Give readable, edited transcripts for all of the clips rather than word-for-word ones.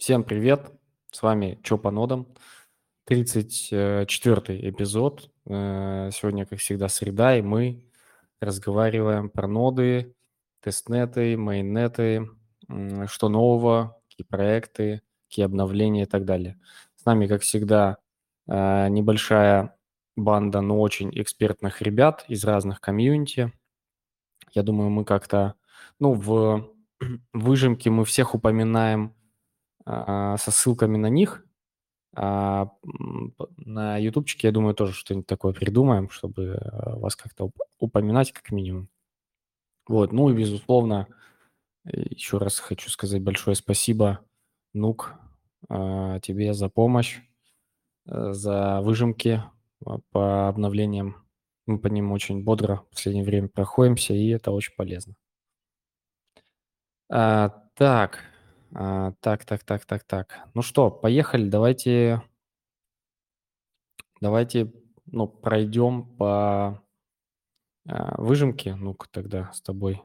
Всем привет! С вами Чё по нодам? 34-й эпизод. Сегодня, как всегда, среда, и мы разговариваем про ноды, тестнеты, мейннеты, что нового, какие проекты, какие обновления и так далее. С нами, как всегда, небольшая банда, но очень экспертных ребят из разных комьюнити. Я думаю, мы как-то, в выжимке мы всех упоминаем со ссылками на них. На ютубчике, я думаю, тоже что-нибудь такое придумаем, чтобы вас как-то упоминать как минимум. Вот, ну и, безусловно, еще раз хочу сказать большое спасибо, Нук, тебе за помощь, за выжимки по обновлениям. Мы по ним очень бодро в последнее время проходимся, и это очень полезно. Так, так. Ну что, поехали, давайте, пройдем по выжимке, ну-ка тогда с тобой,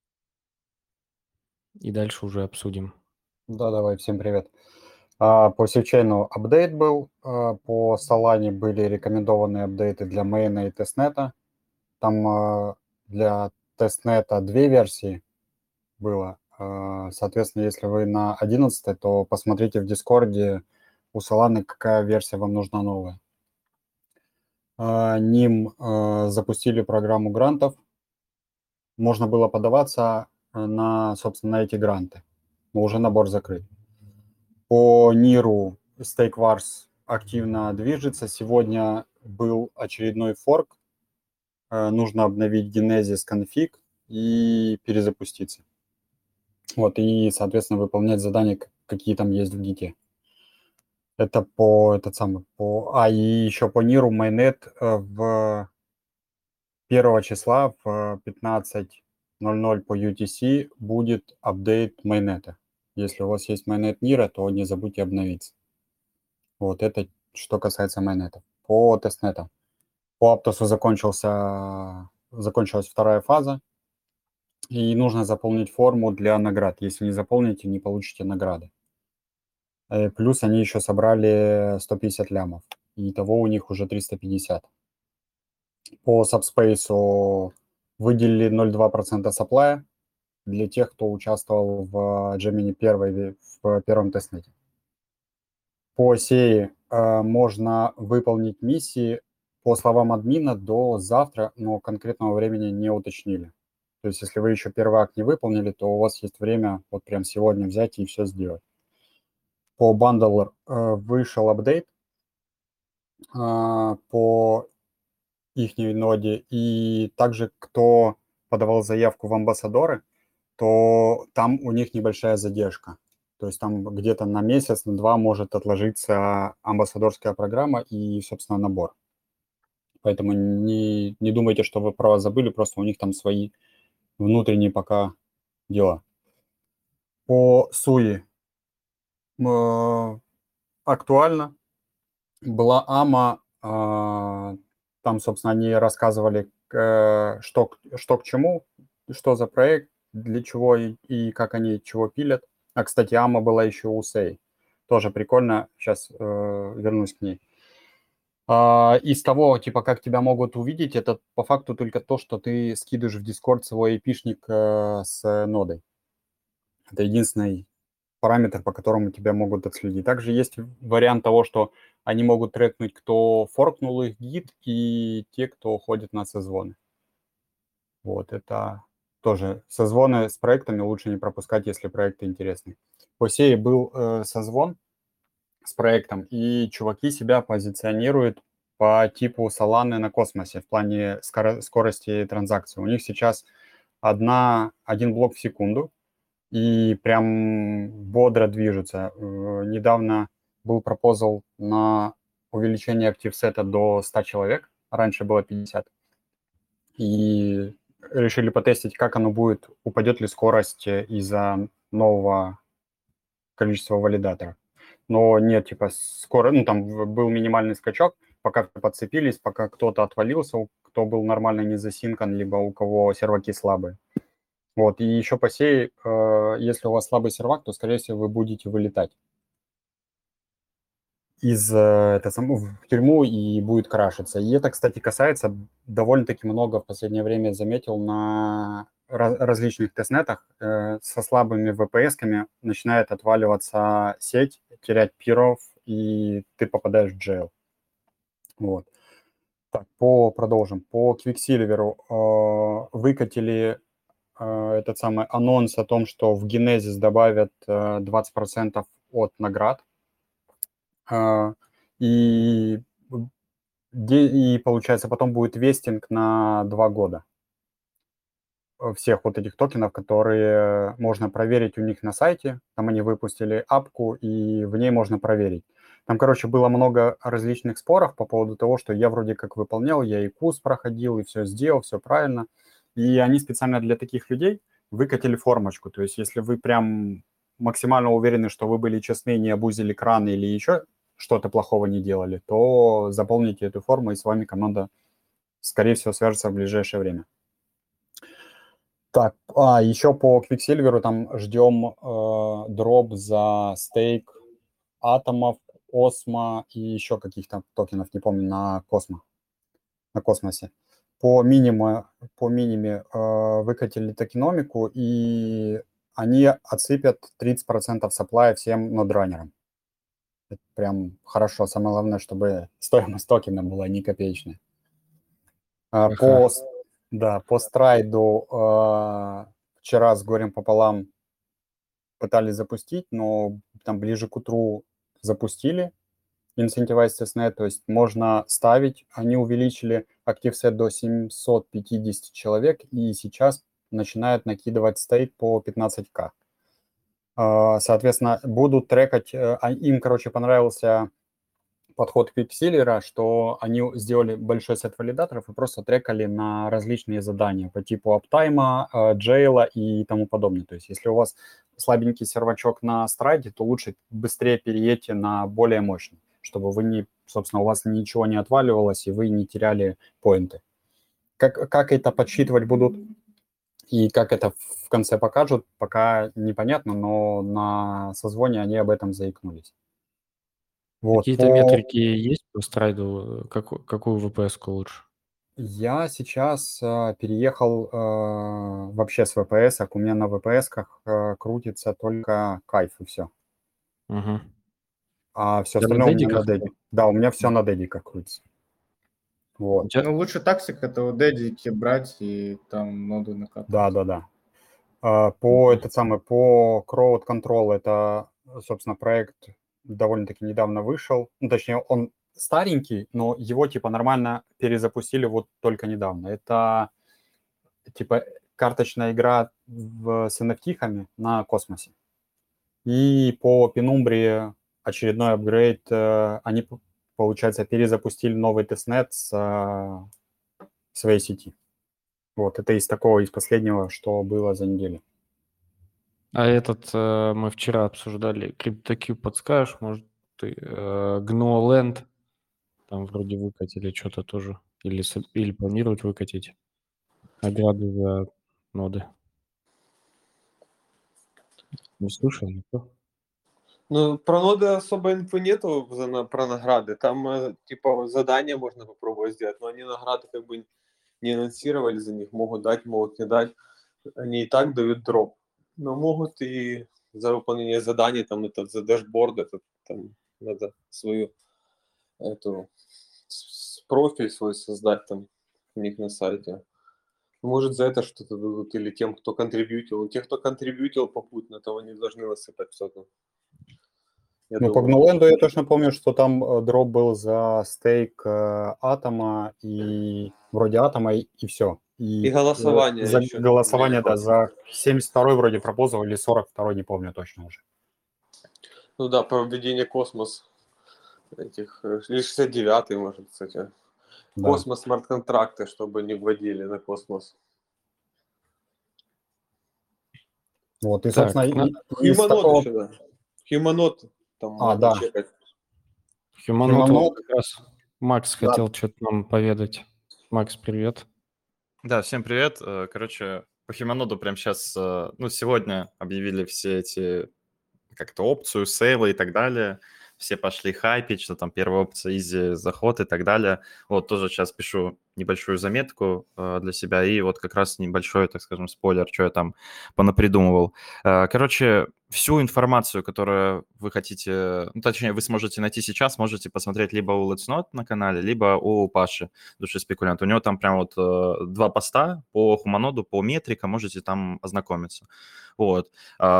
и дальше уже обсудим. Да, давай, всем привет. По сетчейну апдейт был, по Solana были рекомендованные апдейты для мейна и тестнета. Там для тестнета две версии было. Соответственно, если вы на 11, то посмотрите в Дискорде у Solana, какая версия вам нужна новая. Ним запустили программу грантов. Можно было подаваться собственно, на эти гранты, но уже набор закрыт. По Ниру Stake Wars активно движется. Сегодня был очередной форк. Нужно обновить Genesis config и перезапуститься. Вот, и, соответственно, выполнять задания, какие там есть в гите. Это и еще по Ниру майнет в 1 числа в 15:00 по UTC будет апдейт майнета. Если у вас есть майнет Нира, то не забудьте обновиться. Вот это что касается майнета. По тестнетам. По Аптосу закончилась вторая фаза, и нужно заполнить форму для наград. Если не заполните, не получите награды. Плюс они еще собрали 150 лямов. И итого у них уже 350. По Subspace выделили 0,2% сапплая для тех, кто участвовал в Gemini в первом тестнете. По SEI можно выполнить миссии, по словам админа, до завтра, но конкретного времени не уточнили. То есть если вы еще первый акт не выполнили, то у вас есть время вот прям сегодня взять и все сделать. По Bundler вышел апдейт по их ноде, и также кто подавал заявку в амбассадоры, то там у них небольшая задержка. То есть там где-то на месяц, на два может отложиться амбассадорская программа и, собственно, набор. Поэтому не думайте, что вы про вас забыли, просто у них там свои внутренние пока дела. По Суи актуально. Была АМА, там, собственно, они рассказывали, что к чему, что за проект, для чего и как они чего пилят. Кстати, АМА была еще у Сей. Тоже прикольно. Сейчас вернусь к ней. Из того, типа, как тебя могут увидеть, это по факту только то, что ты скидываешь в Discord свой эпишник с нодой. Это единственный параметр, по которому тебя могут отследить. Также есть вариант того, что они могут трекнуть, кто форкнул их гид, и те, кто ходит на созвоны. Вот, это тоже созвоны с проектами лучше не пропускать, если проекты интересны. По сей был созвон с проектом, и чуваки себя позиционируют по типу Solana на космосе в плане скорости транзакций. У них сейчас один блок в секунду, и прям бодро движутся. Недавно был пропозал на увеличение активсета до 100 человек, раньше было 50, и решили потестить, как оно будет, упадет ли скорость из-за нового количества валидаторов. Но нет, типа, скоро, там был минимальный скачок, пока подцепились, пока кто-то отвалился, кто был нормально не засинкан, либо у кого серваки слабые. Вот, и еще по сей, если у вас слабый сервак, то, скорее всего, вы будете вылетать. в тюрьму и будет крашиться. И это, кстати, касается довольно-таки много в последнее время заметил на различных тестнетах со слабыми VPS-ками начинает отваливаться сеть, терять пиров, и ты попадаешь в джейл. Вот. Так, продолжим. По Quicksilver выкатили этот самый анонс о том, что в Genesis добавят 20% от наград. И получается, потом будет вестинг на 2 года всех вот этих токенов, которые можно проверить у них на сайте. Там они выпустили апку, и в ней можно проверить. Там, короче, было много различных споров по поводу того, что я вроде как выполнял, я и курс проходил, и все сделал, все правильно. И они специально для таких людей выкатили формочку. То есть если вы прям максимально уверены, что вы были честны, не обузили краны или еще что-то плохого не делали, то заполните эту форму, и с вами команда, скорее всего, свяжется в ближайшее время. Так, еще по Quicksilver там ждем дроп за стейк атомов, Осмо и еще каких-то токенов, не помню, на космосе. По миниме выкатили токеномику, и они отсыпят 30% сапплая всем нодранерам. Это прям хорошо. Самое главное, чтобы стоимость токена была не копеечная. По страйду вчера с горем пополам пытались запустить, но там ближе к утру запустили Incentivized Testnet, то есть можно ставить. Они увеличили ActiveSet до 750 человек, и сейчас начинают накидывать стейк по 15К. Соответственно, будут трекать, им, короче, понравился подход Quicksilver, что они сделали большой сет валидаторов и просто трекали на различные задания по типу аптайма, джейла и тому подобное. То есть если у вас слабенький сервачок на страйде, то лучше быстрее переедьте на более мощный, чтобы вы собственно, у вас ничего не отваливалось и вы не теряли поинты. Как это подсчитывать будут и как это в конце покажут, пока непонятно, но на созвоне они об этом заикнулись. Вот, Какие-то метрики есть по страйду? Какую VPS-ку лучше? Я сейчас переехал вообще с VPS-ок. У меня на VPS-ках крутится только кайф и все. Угу. А все У тебя на остальное у меня на дедиках? деди. Да, у меня все на дедиках крутится. Вот. Ну, лучше таксик этого дедики брать и там ноду накатывать. Да. По Crowd Control это, собственно, проект довольно-таки недавно вышел. Ну, точнее, он старенький, но его типа нормально перезапустили вот только недавно. Это типа карточная игра с NFT-хами на космосе. И по Penumbra очередной апгрейд. Они, получается, перезапустили новый тестнет с своей сети. Вот, это из последнего, что было за неделю. А мы вчера обсуждали, CryptoCube, подскажешь, может, ты GNU-Land там вроде выкатили что-то тоже, или планируют выкатить награды за ноды. Не слышал никто? Ну, про ноды особо инфы нету про награды. Там, типа, задания можно попробовать сделать, но они награды как бы не анонсировали за них. Могут дать, могут не дать. Они и так дают дроп. Но могут и за выполнение заданий, там, за дашборд, там, надо свою, профиль свой создать там у них на сайте. Может, за это что-то дадут, или тем, кто контрибьютил. Те, кто контрибьютил попутно, то они должны насыпать что-то. По GNU-Land я точно помню, что там дроп был за стейк атома и вроде атома и все. И голосование за еще. Голосование, да, за 72-й вроде пропозал или 42-й, не помню точно уже. Ну да, про введение космос этих, или 69-й, может, кстати. Да. Космос смарт-контракты, чтобы не вводили на космос. Вот, и, собственно, Хьюманот еще, да. Хьюманот там можно чекать. Хьюманот как раз Макс хотел что-то нам поведать. Макс, привет. Да, всем привет. Короче, по Хьюманоду прямо сейчас, сегодня объявили все эти, как-то опцию, сейлы и так далее. все пошли хайпить, что там первая опция изи заход и так далее. Вот тоже сейчас пишу небольшую заметку для себя и вот как раз небольшой, так скажем, спойлер, что я там понапридумывал. Короче, всю информацию, которую вы хотите, ну, точнее, вы сможете найти сейчас, можете посмотреть либо у Let's Not на канале, либо у Паши, Души Спекулянта. У него там прям вот 2 поста по Хуманоду, по метрикам, можете там ознакомиться. Вот.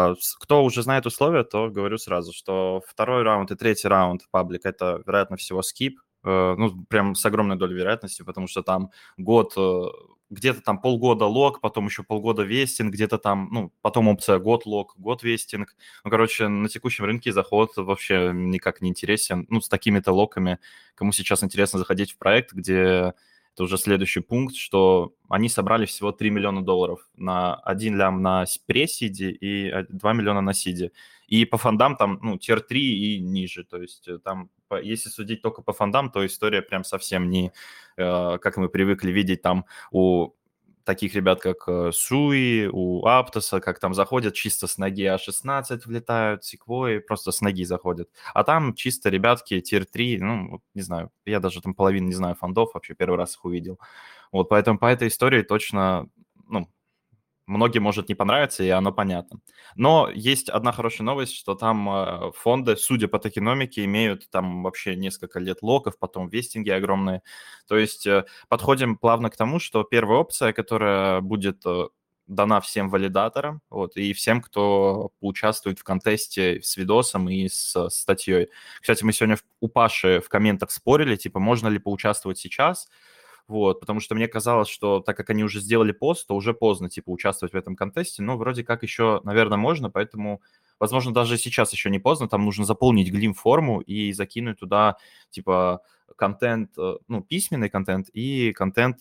Кто уже знает условия, то говорю сразу, что второй раунд и третий раунд паблик – это, вероятно всего, скип. Ну, прям с огромной долей вероятности, потому что там год, где-то там полгода лог, потом еще полгода вестинг, где-то там, ну, потом опция год лог, год вестинг. Ну, короче, на текущем рынке заход вообще никак не интересен. Ну, с такими-то локами, кому сейчас интересно заходить в проект, где это уже следующий пункт, что они собрали всего $3 миллиона на 1 лям на пресс-сиде и 2 миллиона на сиде. И по фондам там, ну, тир-3 и ниже. То есть там, если судить только по фондам, то история прям совсем не, как мы привыкли видеть там у таких ребят, как Суи, у Аптоса, как там заходят чисто с ноги А16 влетают, Секвои, просто с ноги заходят. А там чисто ребятки тир-3, ну, не знаю, я даже там половину не знаю фондов, вообще первый раз их увидел. Вот, поэтому по этой истории точно, ну, многим может не понравиться, и оно понятно. Но есть одна хорошая новость, что там фонды, судя по токеномике, имеют там вообще несколько лет локов, потом вестинги огромные. То есть подходим плавно к тому, что первая опция, которая будет дана всем валидаторам, вот, и всем, кто участвует в контесте с видосом и с статьей. Кстати, мы сегодня у Паши в комментах спорили, типа, можно ли поучаствовать сейчас, вот, потому что мне казалось, что так как они уже сделали пост, то уже поздно, типа, участвовать в этом контесте, но вроде как еще, наверное, можно, поэтому, возможно, даже сейчас еще не поздно, там нужно заполнить глим-форму и закинуть туда, типа, контент, ну, письменный контент и контент,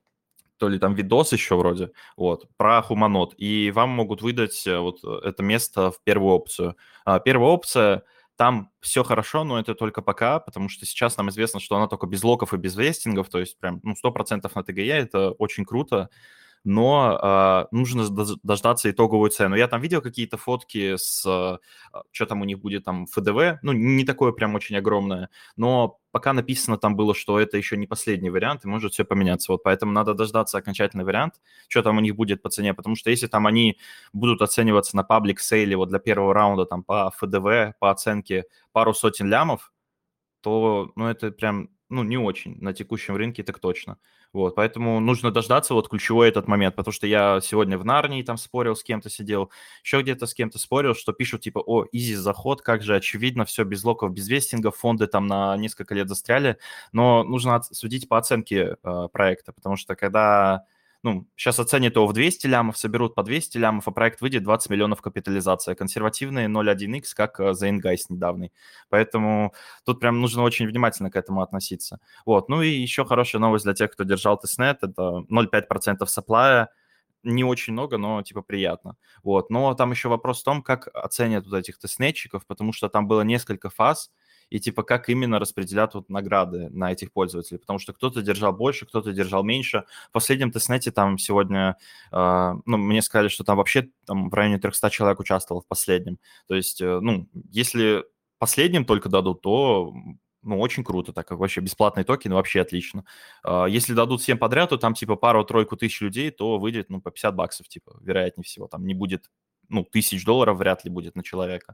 то ли там видос еще вроде, вот, про Хуманод, и вам могут выдать вот это место в первую опцию. Первая опция, там все хорошо, но это только пока, потому что сейчас нам известно, что она только без локов и без вестингов, то есть прям, ну, 100% на ТГЕ, это очень круто, но нужно дождаться итоговую цену. Я там видел какие-то фотки с, что там у них будет там ФДВ, ну, не такое прям очень огромное, но пока написано там было, что это еще не последний вариант, и может все поменяться. Вот поэтому надо дождаться окончательный вариант, что там у них будет по цене, потому что если там они будут оцениваться на паблик сейле вот для первого раунда там по ФДВ, по оценке пару сотен лямов, то, ну, это прям, ну, не очень на текущем рынке, так точно. Вот, поэтому нужно дождаться, вот ключевой этот момент, потому что я сегодня в Нарнии там спорил, с кем-то сидел, еще где-то с кем-то спорил, что пишут типа, о, изи заход, как же очевидно, все без локов, без вестинга, фонды там на несколько лет застряли, но нужно судить по оценке проекта, потому что когда... Ну, сейчас оценят его в 200 лямов, соберут по 200 лямов, а проект выйдет 20 миллионов капитализация. Консервативные 0.1x, как Zeitgeist недавний. Поэтому тут прям нужно очень внимательно к этому относиться. Вот. Ну и еще хорошая новость для тех, кто держал тестнет, это 0,5% сапплая. Не очень много, но типа приятно. Вот. Но там еще вопрос в том, как оценят вот этих тестнетчиков, потому что там было несколько фаз, и типа как именно распределят вот награды на этих пользователей, потому что кто-то держал больше, кто-то держал меньше. В последнем тестнете там сегодня, ну, мне сказали, что там вообще там в районе 300 человек участвовало в последнем. То есть, ну, если последним только дадут, то, ну, очень круто, так как вообще бесплатный токен, вообще отлично. Если дадут всем подряд, то там типа пару-тройку тысяч людей, то выйдет, ну, по $50, типа, вероятнее всего. Там не будет, ну, $1000 вряд ли будет на человека.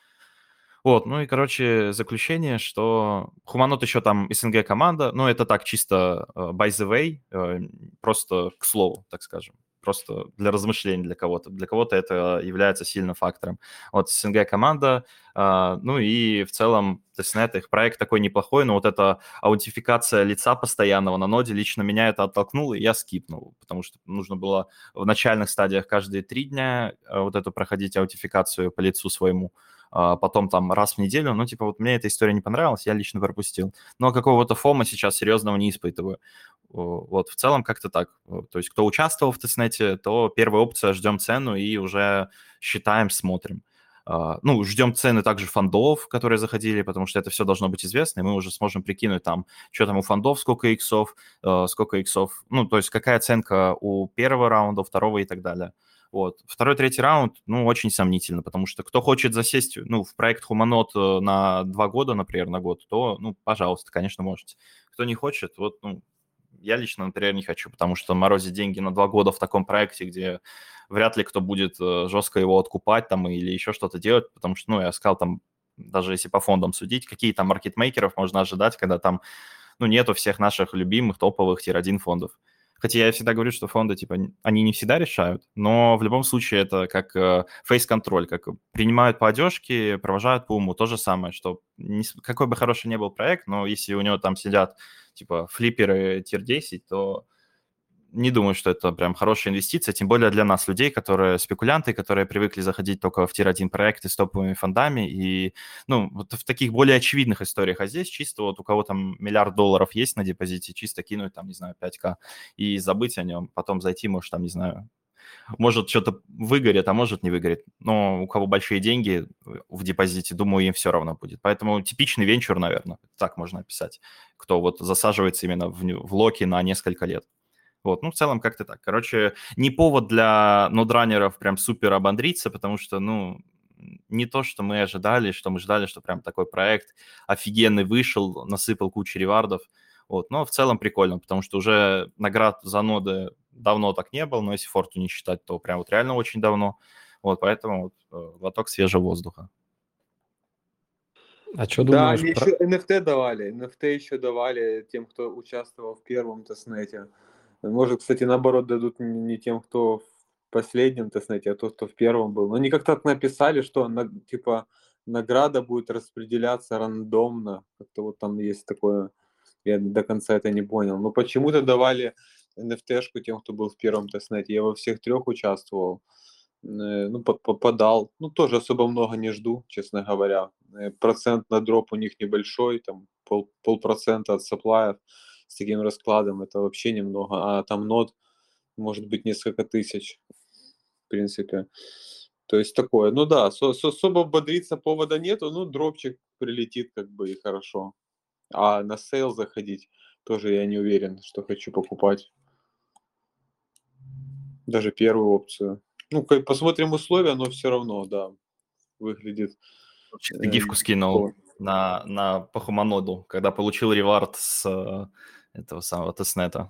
Вот, ну и, короче, заключение, что Хуманод еще там СНГ команда, ну это так чисто by the way, просто к слову, так скажем, просто для размышлений для кого-то. Для кого-то это является сильным фактором. Вот СНГ команда, ну и в целом тестнет, их проект такой неплохой, но вот эта аутентификация лица постоянного на ноде лично меня это оттолкнуло, и я скипнул, потому что нужно было в начальных стадиях каждые 3 дня вот эту проходить аутентификацию по лицу своему, потом там раз в неделю, ну, типа, вот мне эта история не понравилась, я лично пропустил. Но какого-то фома сейчас серьезного не испытываю. Вот, в целом как-то так. То есть кто участвовал в тестнете, то первая опция, ждем цену и уже считаем, смотрим. Ну, ждем цены также фондов, которые заходили, потому что это все должно быть известно, и мы уже сможем прикинуть там, что там у фондов, сколько иксов, ну, то есть какая оценка у первого раунда, второго и так далее. Вот. Второй, третий раунд, ну, очень сомнительно, потому что кто хочет засесть, ну, в проект Humanot на 2 года, например, на год, то, ну, пожалуйста, конечно, можете. Кто не хочет, вот, ну, я лично, например, не хочу, потому что морозить деньги на 2 года в таком проекте, где вряд ли кто будет жестко его откупать там или еще что-то делать, потому что, ну, я сказал, там, даже если по фондам судить, какие там маркетмейкеров можно ожидать, когда там, ну, нету всех наших любимых топовых тир-1 фондов. Хотя я всегда говорю, что фонды, типа, они не всегда решают, но в любом случае это как фейс-контроль, как принимают по одежке, провожают по уму. То же самое, что какой бы хороший ни был проект, но если у него там сидят, типа, флипперы тир-10, то не думаю, что это прям хорошая инвестиция, тем более для нас, людей, которые спекулянты, которые привыкли заходить только в тир-1 проекты с топовыми фондами, и, ну, вот в таких более очевидных историях, а здесь чисто вот у кого там $1 миллиард есть на депозите, чисто кинуть там, не знаю, 5К и забыть о нем, потом зайти, может, там, не знаю, может, что-то выгорит, а может, не выгорит, но у кого большие деньги в депозите, думаю, им все равно будет. Поэтому типичный венчур, наверное, так можно описать, кто вот засаживается именно в локи на несколько лет. Вот, ну, в целом как-то так. Короче, не повод для нодранеров прям супер ободриться, потому что, ну, не то, что мы ожидали, что мы ждали, что прям такой проект офигенный вышел, насыпал кучу ревардов. Вот, но в целом прикольно, потому что уже наград за ноды давно так не было, но если форту не считать, то прям вот реально очень давно. Вот, поэтому вот, глоток свежего воздуха. А что Да, думаешь они про... еще NFT давали. NFT еще давали тем, кто участвовал в первом тестнете. Может, кстати, наоборот, дадут не тем, кто в последнем тестнете, а тот, кто в первом был. Но они как-то так написали, что типа награда будет распределяться рандомно. Как-то вот там есть такое. Я до конца это не понял. Но почему-то давали NFT-шку тем, кто был в первом тестнете. Я во всех 3 участвовал. Ну, подал. Ну, тоже особо много не жду, честно говоря. Процент на дроп у них небольшой, там полпроцента от сапплаев. С таким раскладом это вообще немного. А там нод может быть несколько тысяч, в принципе. То есть такое. Ну да, особо бодриться повода нету. Ну, дропчик прилетит как бы и хорошо. А на сейл заходить тоже я не уверен, что хочу покупать. Даже первую опцию. Ну, посмотрим условия, но все равно, да, выглядит. Ты гифку скинул по Хуманоду, когда получил ревард с этого самого тестнета.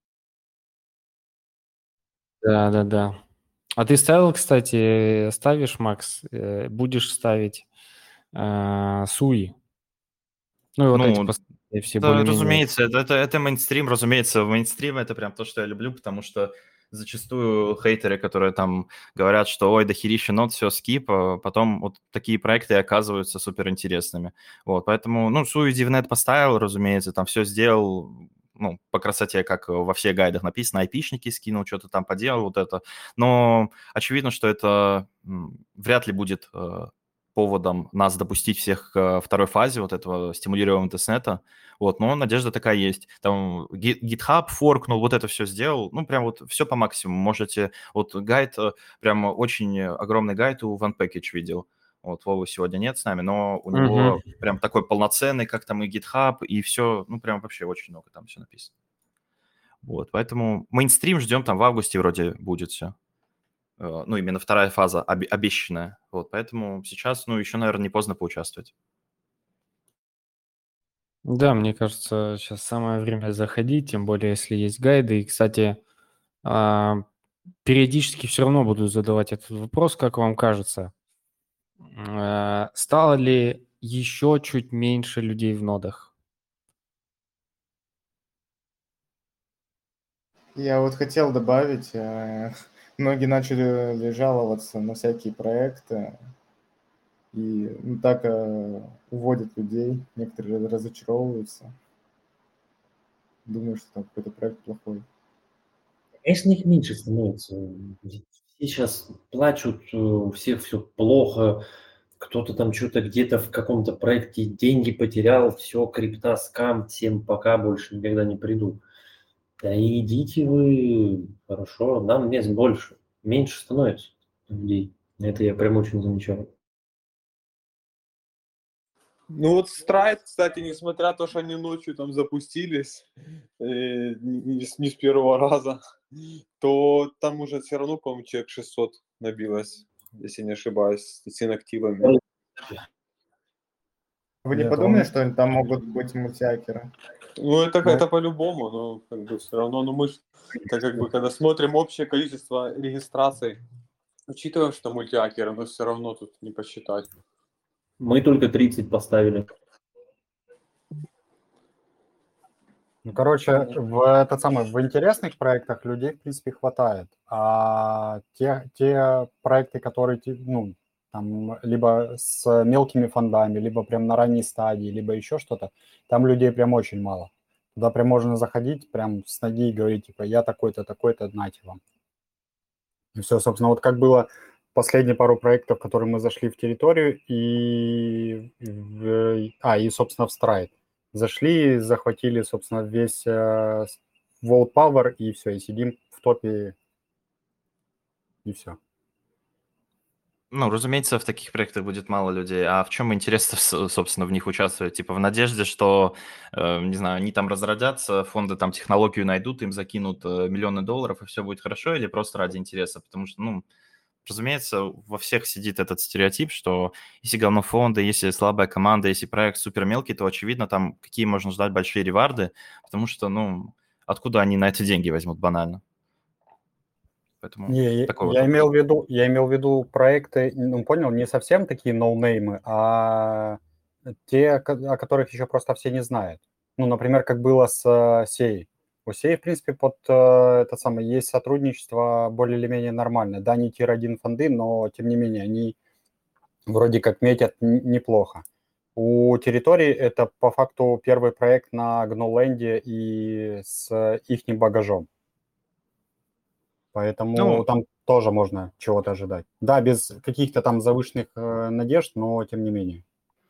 Да. А ты ставил, кстати, ставишь, Макс, будешь ставить Суи? Ну, и вот эти Ну, последние все да, более-менее... разумеется, это мейнстрим, разумеется, мейнстрим это прям то, что я люблю, потому что зачастую хейтеры, которые там говорят, что ой, дохерища нот, все, скип, а потом вот такие проекты оказываются суперинтересными. Вот, поэтому, ну, Суи DivNet поставил, разумеется, там все сделал, ну, по красоте, как во всех гайдах написано, айпишники скинул, что-то там поделал, вот это. Но очевидно, что это вряд ли будет поводом нас допустить всех к второй фазе вот этого стимулируемого тестнета. Вот, но надежда такая есть. Там GitHub форкнул, вот это все сделал. Ну, прям вот все по максимуму. Можете... Вот гайд, прям очень огромный гайд у OnePackage видел. Вот, Вовы сегодня нет с нами, но у него прям такой полноценный, как там и GitHub, и все, ну, прям вообще очень много там все написано. Вот, поэтому мейнстрим ждем, там в августе вроде будет все. Ну, именно вторая фаза обещанная. Вот, поэтому сейчас, ну, еще, наверное, не поздно поучаствовать. Да, мне кажется, сейчас самое время заходить, тем более, если есть гайды. И, кстати, периодически все равно буду задавать этот вопрос, как вам кажется, стало ли еще чуть меньше людей в нодах? Я вот хотел добавить, многие начали жаловаться на всякие проекты, и ну, так уводят людей, некоторые разочаровываются. Думаю, что там какой-то проект плохой. Конечно, их меньше становится. Все сейчас плачут, у всех все плохо, кто-то там что-то где-то в каком-то проекте деньги потерял, все, крипта, скам, всем пока, больше никогда не приду. Да и идите вы, хорошо, нам мест больше, меньше становится людей. Это я прям очень замечаю. Ну вот Страйт, кстати, несмотря на то, что они ночью там запустились, не с первого раза, то там уже все равно, по-моему, человек 600 набилось, если не ошибаюсь, с инактивами. Вы не Нет, подумали, он... что там могут быть мультиакеры? Ну, это Ну, по-любому, но как бы все равно, ну мы ж, так как бы, когда смотрим общее количество регистраций, учитываем, что мультиакеры, но все равно тут не посчитать. Мы только 30 поставили. ну, короче, в интересных проектах людей, в принципе, хватает. А те проекты, которые, ну, там, либо с мелкими фондами, либо прям на ранней стадии, либо еще что-то, там людей прям очень мало. Туда прям можно заходить прям с ноги и говорить, типа, я такой-то, такой-то, нате вам. И все, собственно, вот как было последние пару проектов, в которые мы зашли в территорию, и собственно, в Stride. Зашли, захватили, собственно, весь World Power, и все, и сидим в топе, и все. Ну, разумеется, в таких проектах будет мало людей. А в чем интерес, собственно, в них участвовать? Типа в надежде, что, не знаю, они там разродятся, фонды там технологию найдут, им закинут миллионы долларов, и все будет хорошо, или просто ради интереса? Потому что, ну, разумеется, во всех сидит этот стереотип, что если говно фонды, если слабая команда, если проект супер мелкий, то, очевидно, там какие можно ждать большие реварды, потому что, ну, откуда они на это деньги возьмут банально? Поэтому Не, такой вот вопрос. я имел в виду проекты, ну, понял, не совсем такие ноунеймы, а те, о которых еще просто все не знают. Ну, например, как было с Сей. У Сей, в принципе, под это самое, есть сотрудничество более или менее нормальное. Да, не тир-1 фонды, но, тем не менее, они вроде как метят неплохо. У территории это по факту первый проект на Гноуленде и с ихним багажом. Поэтому Ну, там тоже можно чего-то ожидать. Да, без каких-то там завышенных надежд, но тем не менее.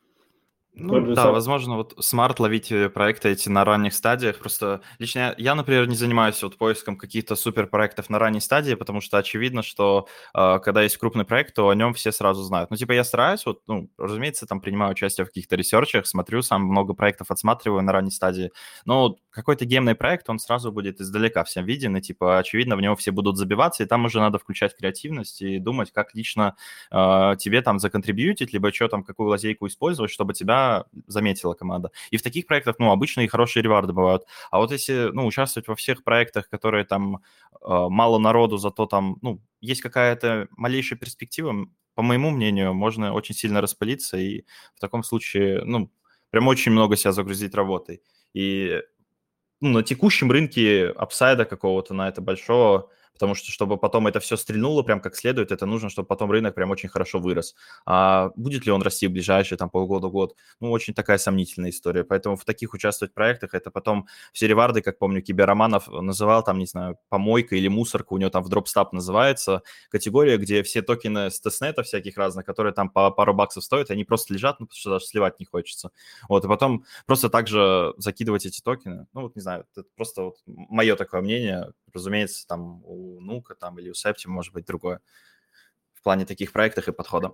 ну Тот же да, самый. возможно, вот смарт ловить проекты эти на ранних стадиях. Просто лично я, например, не занимаюсь вот поиском каких-то суперпроектов на ранней стадии, потому что очевидно, что когда есть крупный проект, то о нем все сразу знают. Ну, типа я стараюсь, вот, ну, разумеется, там принимаю участие в каких-то ресерчах, смотрю, сам много проектов отсматриваю на ранней стадии, но вот какой-то геймный проект, он сразу будет издалека всем виден, и, типа, очевидно, в него все будут забиваться, и там уже надо включать креативность и думать, как лично тебе там законтрибьютить, либо что там, какую лазейку использовать, чтобы тебя заметила команда. И в таких проектах, ну, обычно и хорошие реварды бывают. А вот если, ну, участвовать во всех проектах, которые там мало народу, зато там, ну, есть какая-то малейшая перспектива, по моему мнению, можно очень сильно распылиться и в таком случае, ну, прям очень много себя загрузить работой. И ну, на текущем рынке апсайда какого-то на это большого, потому что, чтобы потом это все стрельнуло прям как следует, это нужно, чтобы потом рынок прям очень хорошо вырос. А будет ли он расти в ближайшие там полгода-год? Ну, очень такая сомнительная история. Поэтому в таких участвовать проектах, это потом все реварды, как помню, Кибероманов называл там, не знаю, помойка или мусорка, у него там в дропстап называется, категория, где все токены с тестнета всяких разных, которые там по пару баксов стоят, они просто лежат, ну, потому что даже сливать не хочется. Вот, и потом просто также закидывать эти токены. Ну, вот не знаю, это просто вот мое такое мнение. Разумеется, там у Нука там, или у Септима может быть другое в плане таких проектов и подхода.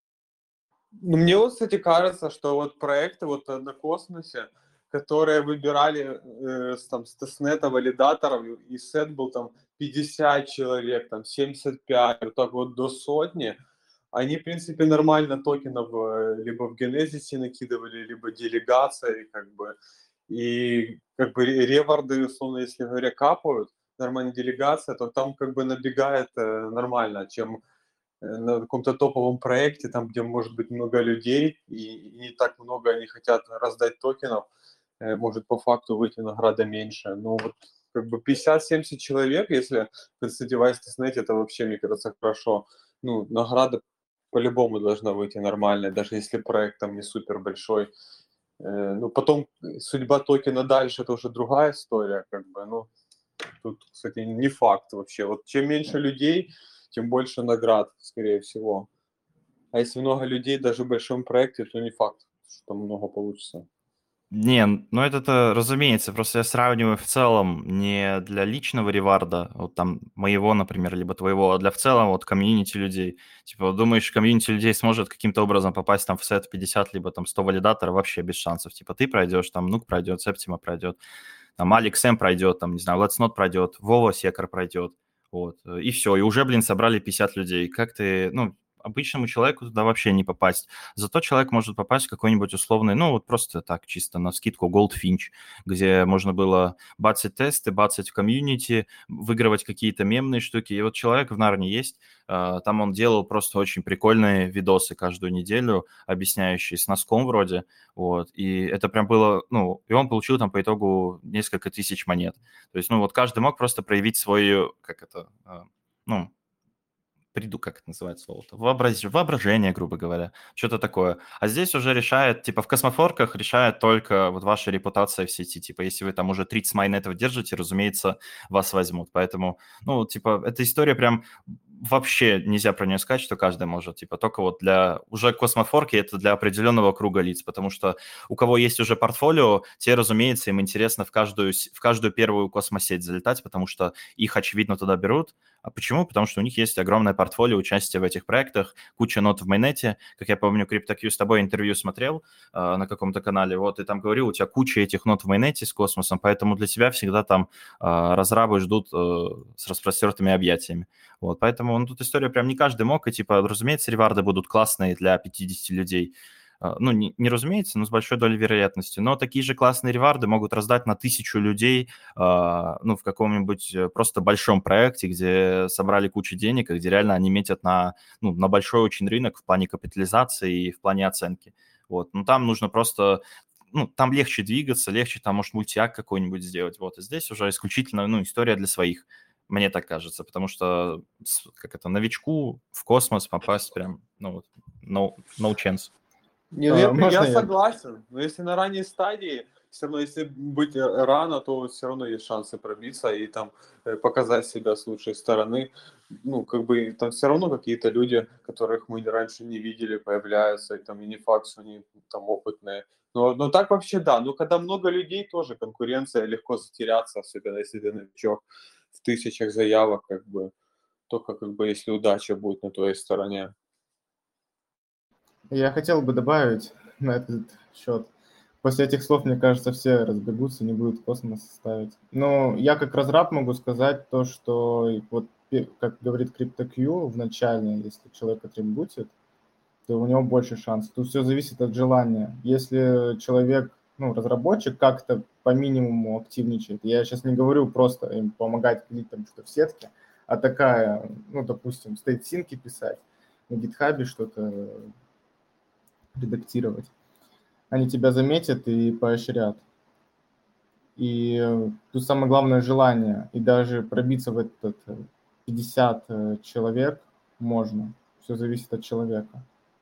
Ну, мне вот, кстати, кажется, что вот проекты вот на космосе, которые выбирали с тестнета валидаторов, и сет был там 50 человек, там 75, вот так вот до сотни, они, в принципе, нормально токенов либо в генезисе накидывали, либо делегации, как бы, и как бы реварды, условно, если говоря, капают, нормальная делегация, то там как бы набегает нормально, чем на каком-то топовом проекте, там, где может быть много людей, и не так много они хотят раздать токенов, может по факту выйти награда меньше. Но вот как бы 50-70 человек, если в Device Testnet, это вообще, мне кажется, хорошо. Ну, награда по-любому должна выйти нормальная, даже если проект там не супер большой. Ну, потом судьба токена дальше, это уже другая история, как бы, ну, тут, кстати, не факт вообще. Вот чем меньше людей, тем больше наград, скорее всего. А если много людей даже в большом проекте, то не факт, что там много получится. Не, ну это, разумеется, просто я сравниваю в целом не для личного реварда, вот там моего, например, либо твоего, а для в целом вот комьюнити людей. Типа, вот думаешь, комьюнити людей сможет каким-то образом попасть там в сет 50, либо там 100 валидаторов вообще без шансов. Типа, ты пройдешь, там Нук пройдет, Септима пройдет, там Алекс М пройдет, там, не знаю, Let's Not пройдет, Вова Секар пройдет, вот, и все, и уже, блин, собрали 50 людей. Как ты, ну, обычному человеку туда вообще не попасть. Зато человек может попасть в какой-нибудь условный, ну, вот просто так, чисто на скидку, Goldfinch, где можно было бацать тесты, бацать в комьюнити, выигрывать какие-то мемные штуки. И вот человек в Нарне есть, там он делал просто очень прикольные видосы каждую неделю, объясняющие с носком вроде, вот, и это прям было, ну, и он получил там по итогу несколько тысяч монет. То есть, ну, вот каждый мог просто проявить свою, как это, ну, как это называется слово-то? Воображение, грубо говоря, что-то такое. А здесь уже решает, типа, в космофорках решает только вот ваша репутация в сети. Типа, если вы там уже 30 майнетов держите, разумеется, вас возьмут. Поэтому, ну, типа, эта история прям вообще нельзя про нее сказать, что каждый может. Типа, только вот для уже космофорки это для определенного круга лиц, потому что у кого есть уже портфолио, те, разумеется, им интересно в каждую первую космосеть залетать, потому что их, очевидно, туда берут. А почему? Потому что у них есть огромное портфолио участия в этих проектах, куча нот в майнете. Как я помню, CryptoQ с тобой интервью смотрел на каком-то канале, вот, и там говорил, у тебя куча этих нот в майнете с космосом, поэтому для тебя всегда там разрабы ждут с распростертыми объятиями. Вот, поэтому, ну, тут история прям не каждый мог, и, типа, разумеется, реварды будут классные для 50 людей. Ну, не разумеется, но с большой долей вероятности. Но такие же классные реварды могут раздать на 1000 людей, ну, в каком-нибудь просто большом проекте, где собрали кучу денег, и где реально они метят на, ну, на большой очень рынок в плане капитализации и в плане оценки. Вот. Ну, там нужно просто... Ну, там легче двигаться, легче там, может, мультиак какой-нибудь сделать. Вот. И здесь уже исключительно, ну, история для своих. Мне так кажется, потому что, как это, новичку в космос попасть прям, ну, вот, no chance. Я согласен, но если на ранней стадии, все равно, если быть рано, то все равно есть шансы пробиться и там показать себя с лучшей стороны. Ну, как бы там все равно какие-то люди, которых мы раньше не видели, появляются, и там и не факт, что они там опытные. Но так вообще да, но когда много людей, тоже конкуренция, легко затеряться, особенно если ты новичок в тысячах заявок, как бы, только как бы если удача будет на твоей стороне. Я хотел бы добавить на этот счет. После этих слов, мне кажется, все разбегутся, не будут космос ставить. Но я как разраб могу сказать то, что вот, как говорит CryptoQ в начале, если человек атрибутит, то у него больше шансов. Тут все зависит от желания. Если человек, ну, разработчик как-то по минимуму активничает, я сейчас не говорю просто им помогать пилить там что-то в сетке, а такая, ну, допустим, стейт-синки писать, на гитхабе что-то редактировать, они тебя заметят и поощрят. И тут самое главное желание. И даже пробиться в этот 50 человек можно. Все зависит от человека.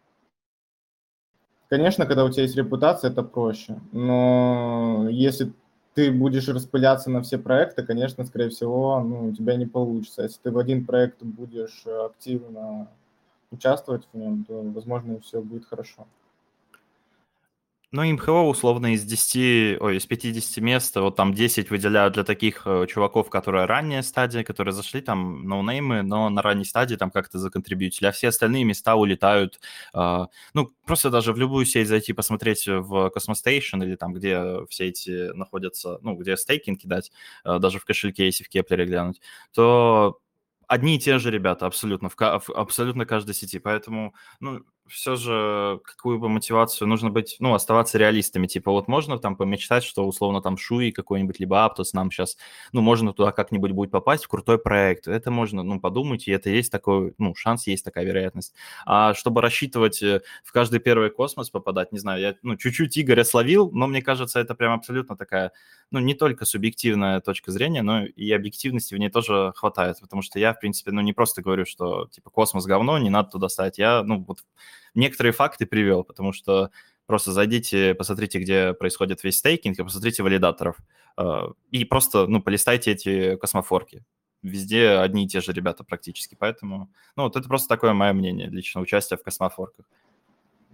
Конечно, когда у тебя есть репутация, это проще. Но если ты будешь распыляться на все проекты, конечно, скорее всего, ну, у тебя не получится. Если ты в один проект будешь активно участвовать в нем, то, возможно, все будет хорошо. Ну, МХО условно из 50 мест, вот там 10 выделяют для таких чуваков, которые ранняя стадия, которые зашли там ноунеймы, но на ранней стадии там как-то законтрибьютили, а все остальные места улетают, ну, просто даже в любую сеть зайти, посмотреть в Cosmostation или там, где все эти находятся, ну, где стейкинг кидать, даже в кошельке, если в Кеплере глянуть, то одни и те же ребята абсолютно, в абсолютно каждой сети, поэтому, ну, все же какую бы мотивацию нужно быть, ну, оставаться реалистами, типа вот можно там помечтать, что условно там Шуи какой-нибудь, либо Аптос нам сейчас, ну, можно туда как-нибудь будет попасть в крутой проект, это можно, ну, подумать, и это есть такой, ну, шанс, есть такая вероятность. А чтобы рассчитывать в каждый первый космос попадать, не знаю, я, ну, чуть-чуть Игоря словил, но мне кажется, это прям абсолютно такая, ну, не только субъективная точка зрения, но и объективности в ней тоже хватает, потому что я, в принципе, ну, не просто говорю, что, типа, космос говно, не надо туда ставить, я, ну, вот некоторые факты привел, потому что просто зайдите, посмотрите, где происходит весь стейкинг, и посмотрите валидаторов. И просто, ну, полистайте эти космофорки. Везде одни и те же ребята практически, поэтому, ну, вот это просто такое мое мнение, лично участие в космофорках.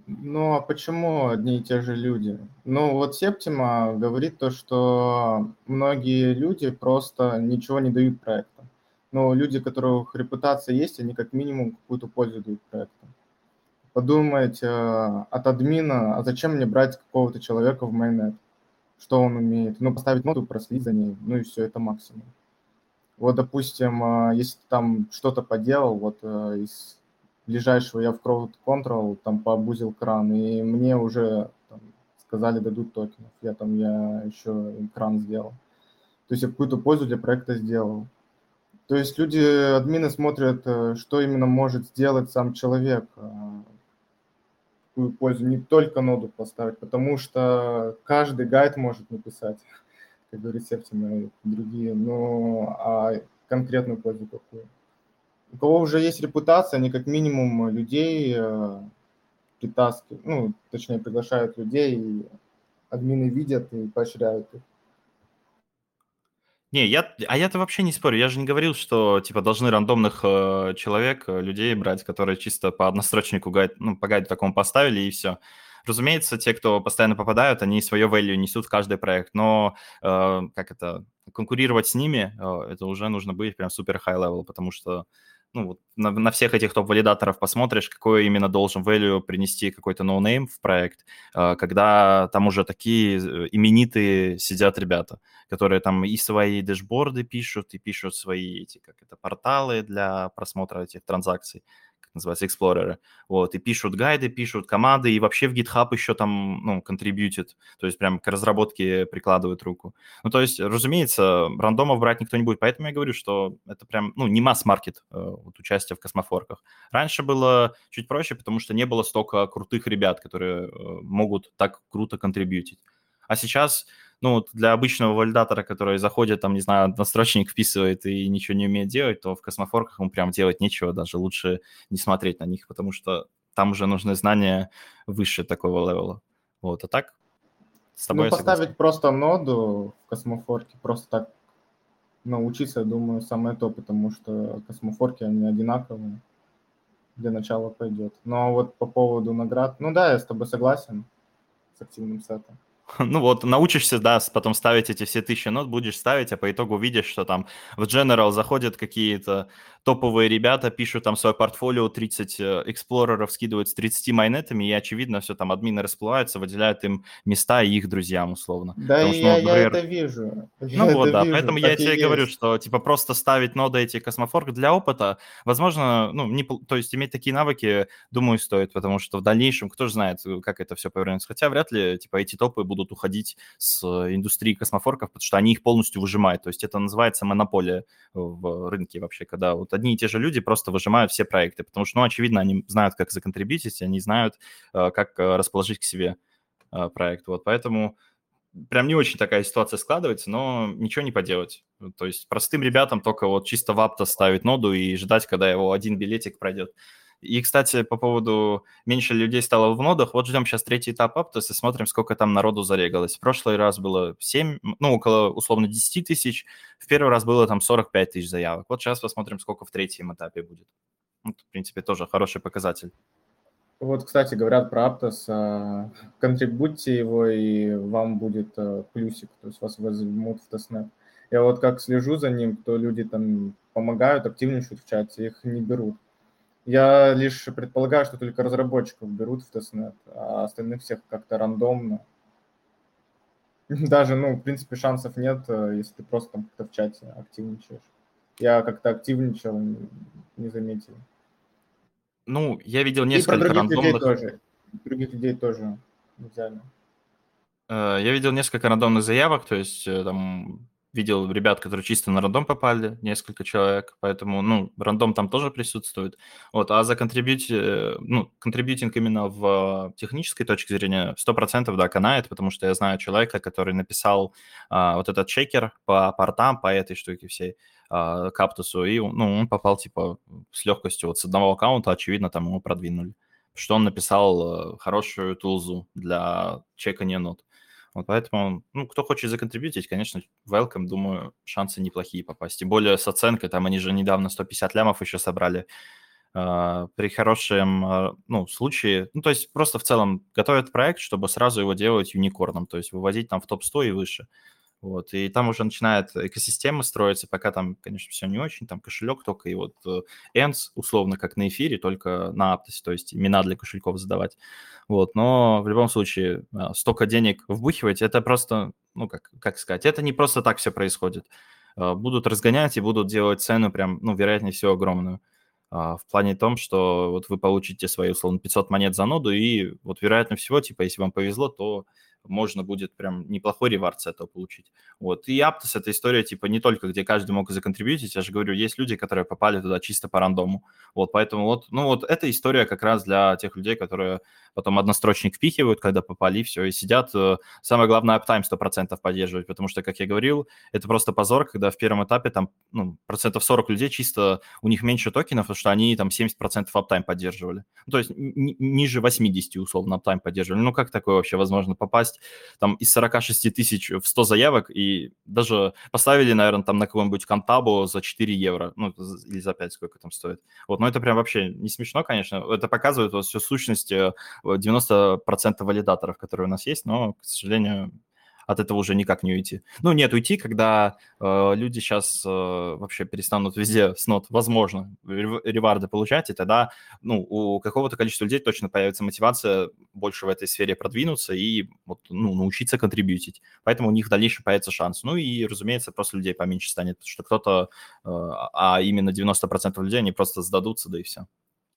Ну, а почему одни и те же люди? Ну, вот Септима говорит то, что многие люди просто ничего не дают проекту. Но люди, у которых репутация есть, они как минимум какую-то пользу дают проекту. Подумать от админа, а зачем мне брать какого-то человека в майонет? Что он умеет? Ну, поставить ноду, проследить за ней, ну и все, это максимум. Вот, допустим, если ты там что-то поделал, вот из ближайшего я в Crowd Control там пообузил кран, и мне уже там, сказали, дадут токенов. Я еще им кран сделал. То есть я какую-то пользу для проекта сделал. То есть люди, админы смотрят, что именно может сделать сам человек, какую пользу, не только ноду поставить, потому что каждый гайд может написать, как говорит Септима и другие, а конкретную пользу какую. У кого уже есть репутация, они как минимум людей притаскивают, точнее приглашают людей, и админы видят и поощряют их. Не, я-то вообще не спорю. Я же не говорил, что типа должны рандомных людей брать, которые чисто по однострочнику гайд, по гайду такому поставили и все. Разумеется, те, кто постоянно попадают, они свое value несут в каждый проект, но конкурировать с ними, это уже нужно быть прям супер high level, потому что на всех этих топ-валидаторов посмотришь, какой именно должен value принести какой-то ноунейм в проект, когда там уже такие именитые сидят ребята, которые там и свои дэшборды пишут, и пишут свои порталы для просмотра этих транзакций, как называется, эксплореры, вот, и пишут гайды, пишут команды, и вообще в GitHub еще там, контрибьютят, то есть прям к разработке прикладывают руку. Ну, то есть, разумеется, рандомов брать никто не будет, поэтому я говорю, что это прям, не масс-маркет участия в космофорках. Раньше было чуть проще, потому что не было столько крутых ребят, которые могут так круто контрибьютить. А сейчас, для обычного валидатора, который заходит, там, не знаю, однострочник вписывает и ничего не умеет делать, то в космофорках ему прям делать нечего, даже лучше не смотреть на них, потому что там уже нужны знания выше такого левела. Вот, а так, с тобой я поставить согласен. просто ноду в космофорке, просто так научиться, я думаю, самое то, потому что космофорки, они одинаковые. Для начала пойдет. Но вот по поводу наград, да, я с тобой согласен с активным сетом. Научишься, да, потом ставить эти все 1000 нот, будешь ставить, а по итогу видишь, что там в General заходят какие-то топовые ребята, пишут там свое портфолио, 30 эксплореров скидывают с 30 майнетами, и очевидно, все там админы расплываются, выделяют им места и их друзьям, условно. Да, Потому и что, я например, это вижу. поэтому я Так и тебе говорю, есть. что, просто ставить ноды эти космофорк для опыта, возможно, то есть иметь такие навыки, думаю, стоит, потому что в дальнейшем, кто же знает, как это все повернется. Хотя вряд ли, эти топы будут уходить с индустрии космофорков, потому что они их полностью выжимают. То есть это называется монополия в рынке вообще, когда вот одни и те же люди просто выжимают все проекты, потому что, очевидно, они знают, как законтрибьютить, они знают, как расположить к себе проект. Вот, поэтому прям не очень такая ситуация складывается, но ничего не поделать. То есть простым ребятам только вот чисто в Aptos ставить ноду и ждать, когда его один билетик пройдет. И, кстати, по поводу меньше людей стало в нодах, вот ждем сейчас третий этап Aptos и смотрим, сколько там народу зарегалось. В прошлый раз было 7, около, условно, 10 тысяч. В первый раз было там 45 тысяч заявок. Вот сейчас посмотрим, сколько в третьем этапе будет. В принципе, тоже хороший показатель. Вот, кстати, говорят про Aptos, контрибутьте его, и вам будет плюсик, то есть вас возьмут в тестнет. Я вот как слежу за ним, то люди там помогают, активничают в чате, их не берут. Я лишь предполагаю, что только разработчиков берут в тестнет, а остальных всех как-то рандомно. Даже, в принципе, шансов нет, если ты просто там как-то в чате активничаешь. Я как-то активничал, не заметил. Я видел И несколько про других людей рандомных... тоже. Других людей тоже взяли. Я видел несколько рандомных заявок, то есть там видел ребят, которые чисто на рандом попали, несколько человек, поэтому, рандом там тоже присутствует. Вот, а за контрибьютинг именно в технической точке зрения 100% да, канает, потому что я знаю человека, который написал вот этот чекер по портам, по этой штуке всей, Каптусу, и, он попал, с легкостью вот с одного аккаунта, очевидно, там его продвинули. Что он написал хорошую тулзу для чекания нот. Вот поэтому, кто хочет законтрибьютить, конечно, welcome, думаю, шансы неплохие попасть. Тем более с оценкой, там они же недавно 150 лямов еще собрали. при хорошем, случае, то есть просто в целом готовят проект, чтобы сразу его делать юникорном, то есть выводить там в топ-100 и выше. Вот, и там уже начинает экосистема строиться, пока там, конечно, все не очень, там кошелек только, и вот ENS, условно, как на эфире, только на Aptos, то есть имена для кошельков задавать. Вот, но в любом случае столько денег вбухивать, это просто, как сказать, это не просто так все происходит. Будут разгонять и будут делать цену прям, вероятнее всего, огромную. В плане том, что вот вы получите свои, условно, 500 монет за ноду, и вот вероятно всего, типа, если вам повезло, то можно будет прям неплохой ревард с этого получить. Вот. И Aptos — это история, типа, не только где каждый мог законтрибьютить, я же говорю, есть люди, которые попали туда чисто по рандому. Вот, поэтому вот эта история как раз для тех людей, которые потом однострочник впихивают, когда попали, и все, и сидят. Самое главное, аптайм 100% поддерживать, потому что, как я говорил, это просто позор, когда в первом этапе там, 40% людей чисто, у них меньше токенов, потому что они там 70% аптайм поддерживали. То есть ниже 80 условно аптайм поддерживали. Как такое вообще возможно попасть? Там из 46 тысяч в 100 заявок, и даже поставили, наверное, там на какого-нибудь Контабу за 4 евро, или за 5, сколько там стоит. Вот, но это прям вообще не смешно, конечно. Это показывает вот всю сущность 90% валидаторов, которые у нас есть, но, к сожалению, от этого уже никак не уйти. Нет уйти, когда люди сейчас вообще перестанут везде с нот, возможно, реварды получать, и тогда, у какого-то количества людей точно появится мотивация больше в этой сфере продвинуться и научиться контрибьютить. Поэтому у них в дальнейшем появится шанс. И, разумеется, просто людей поменьше станет, потому что кто-то, а именно 90% людей, они просто сдадутся, да и все.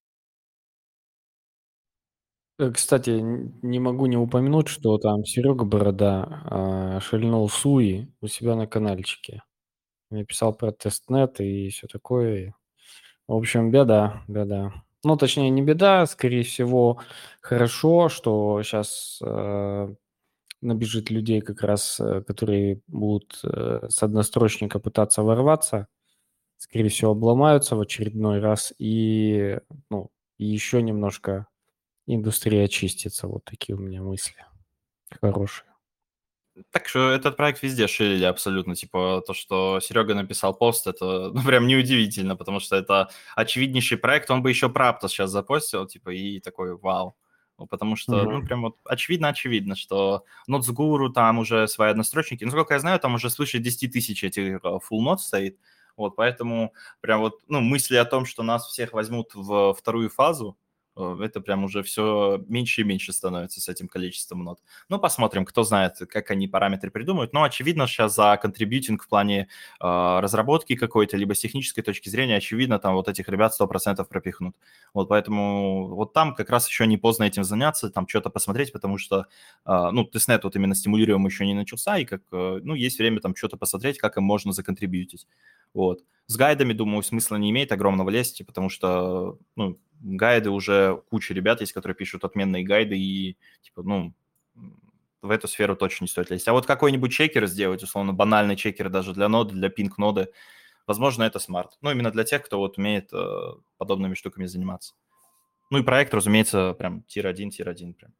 Кстати, не могу не упомянуть, что там Серега Борода шальнул Суи у себя на канальчике. Написал про тестнет и все такое. В общем, беда. Точнее, не беда, скорее всего, хорошо, что сейчас набежит людей как раз, которые будут с однострочника пытаться ворваться. Скорее всего, обломаются в очередной раз и еще немножко индустрия очистится. Вот такие у меня мысли хорошие. Так что этот проект везде шилили абсолютно. Типа то, что Серега написал пост, это прям неудивительно, потому что это очевиднейший проект. Он бы еще про Aptos сейчас запостил, типа, и такой вау. Потому что, прям вот очевидно, что Notesguru там уже свои однострочники. Насколько я знаю, там уже свыше 10 тысяч этих full нот стоит. Вот, поэтому прям вот, мысли о том, что нас всех возьмут в вторую фазу, это прям уже все меньше и меньше становится с этим количеством нот. Посмотрим, кто знает, как они параметры придумают. Но, очевидно, сейчас за контрибьютинг в плане разработки какой-то, либо с технической точки зрения, очевидно, там вот этих ребят 100% пропихнут. Вот поэтому вот там как раз еще не поздно этим заняться, там что-то посмотреть, потому что, тестнет вот именно стимулируем еще не начался, и как, есть время там что-то посмотреть, как им можно законтрибьютить. Вот. С гайдами, думаю, смысла не имеет огромного лезть, потому что, гайды уже куча ребят есть, которые пишут отменные гайды, и, типа, в эту сферу точно не стоит лезть. А вот какой-нибудь чекер сделать, условно, банальный чекер даже для ноды, для пинг-ноды, возможно, это смарт. Именно для тех, кто вот умеет подобными штуками заниматься. И проект, разумеется, прям тир-1 прям.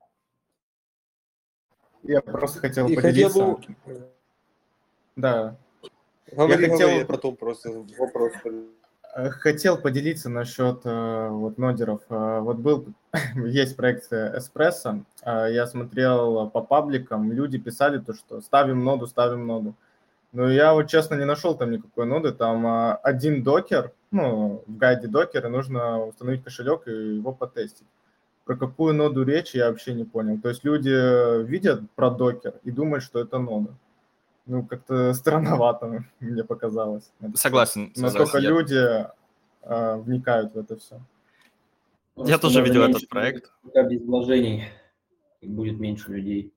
Я просто хотел И поделиться. Да. Говори, потом просто вопрос. Хотел поделиться насчет вот нодеров. Есть проект Espresso. Я смотрел по пабликам, люди писали то, что ставим ноду. Но я вот честно не нашел там никакой ноды. Там один докер, в гайде докера нужно установить кошелек и его потестить. Про какую ноду речь, я вообще не понял. То есть люди видят про докер и думают, что это нода. Как-то странновато мне показалось. Согласен. Насколько люди вникают в это все. Я тоже видел этот проект. Без вложений будет меньше людей.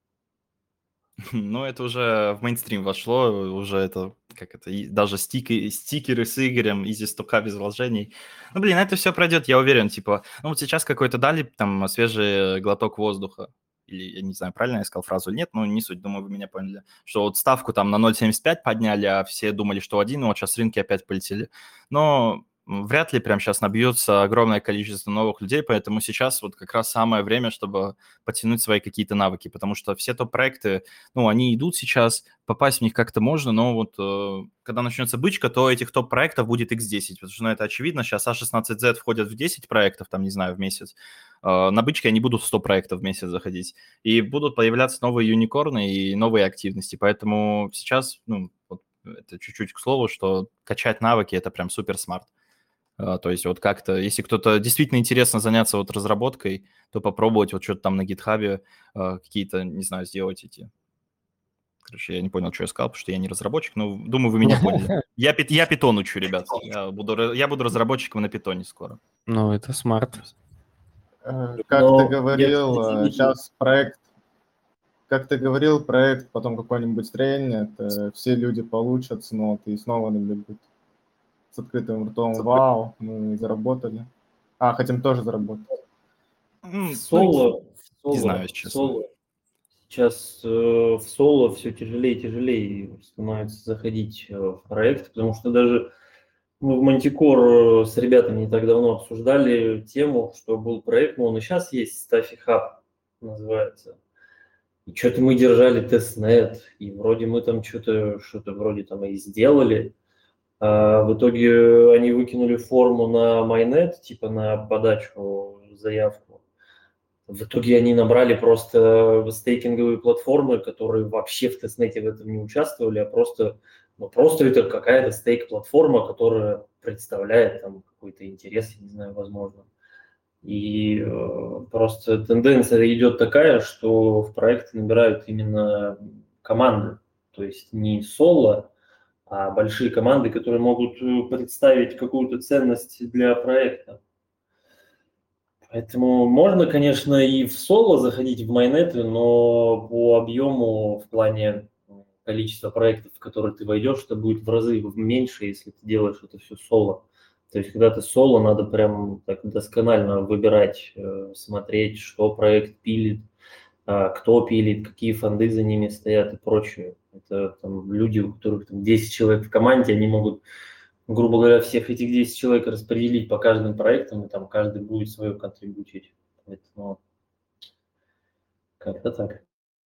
Это уже в мейнстрим вошло, уже это, даже стикеры с Игорем, изи 100к без вложений. Это все пройдет, я уверен, типа, вот сейчас какой-то дали там свежий глоток воздуха, или, я не знаю, правильно я сказал фразу или нет, не суть, думаю, вы меня поняли, что вот ставку там на 0.75 подняли, а все думали, что 1, вот сейчас рынки опять полетели. Но вряд ли прямо сейчас набьется огромное количество новых людей, поэтому сейчас вот как раз самое время, чтобы подтянуть свои какие-то навыки, потому что все топ-проекты, ну, они идут сейчас, попасть в них как-то можно, но вот когда начнется бычка, то этих топ-проектов будет x10, потому что, ну, это очевидно, сейчас A16Z входят в 10 проектов, там, не знаю, в месяц, на бычке они будут в 100 проектов в месяц заходить, и будут появляться новые юникорны и новые активности, поэтому сейчас, ну, вот, это чуть-чуть к слову, что качать навыки – это прям супер смарт. То есть вот как-то, если кто-то действительно интересно заняться вот разработкой, то попробовать вот что-то там на гитхабе какие-то, не знаю, сделать эти... Короче, я не понял, что я сказал, потому что я не разработчик, но думаю, вы меня поняли. Я питон учу, ребят. Я буду разработчиком на питоне скоро. Ну, это смарт. Как Но ты я, говорил, кстати, видел. сейчас проект, как ты говорил, проект, потом какой-нибудь стрельнет, все люди получатся, ну, и снова люди будут с открытым ртом, вау, мы заработали. Хотим тоже заработать. В соло, не знаю, если честно. Сейчас в соло все тяжелее и тяжелее становится заходить в проект, потому что даже мы в Мантикор с ребятами не так давно обсуждали тему, что был проект, но он и сейчас есть, Staffy Hub называется. И что-то мы держали тестнет, и вроде мы там что-то вроде там и сделали. А в итоге они выкинули форму на Майнет, типа на подачу заявку. В итоге они набрали просто стейкинговые платформы, которые вообще в тестнете в этом не участвовали, а просто это какая-то стейк-платформа, которая представляет там какой-то интерес, я не знаю, возможно. И просто тенденция идет такая, что в проекты набирают именно команды, то есть не соло, а большие команды, которые могут представить какую-то ценность для проекта. Поэтому можно, конечно, и в соло заходить в майнеты, но по объему в плане количества проектов, в которые ты войдешь, это будет в разы меньше, если ты делаешь это все соло. То есть, когда ты соло, надо прям так досконально выбирать, смотреть, что проект пилит, кто пилит, какие фонды за ними стоят и прочее. Это там люди, у которых там 10 человек в команде, они могут, грубо говоря, всех этих 10 человек распределить по каждым проектам, и там каждый будет свое контрибутить. Поэтому как-то так.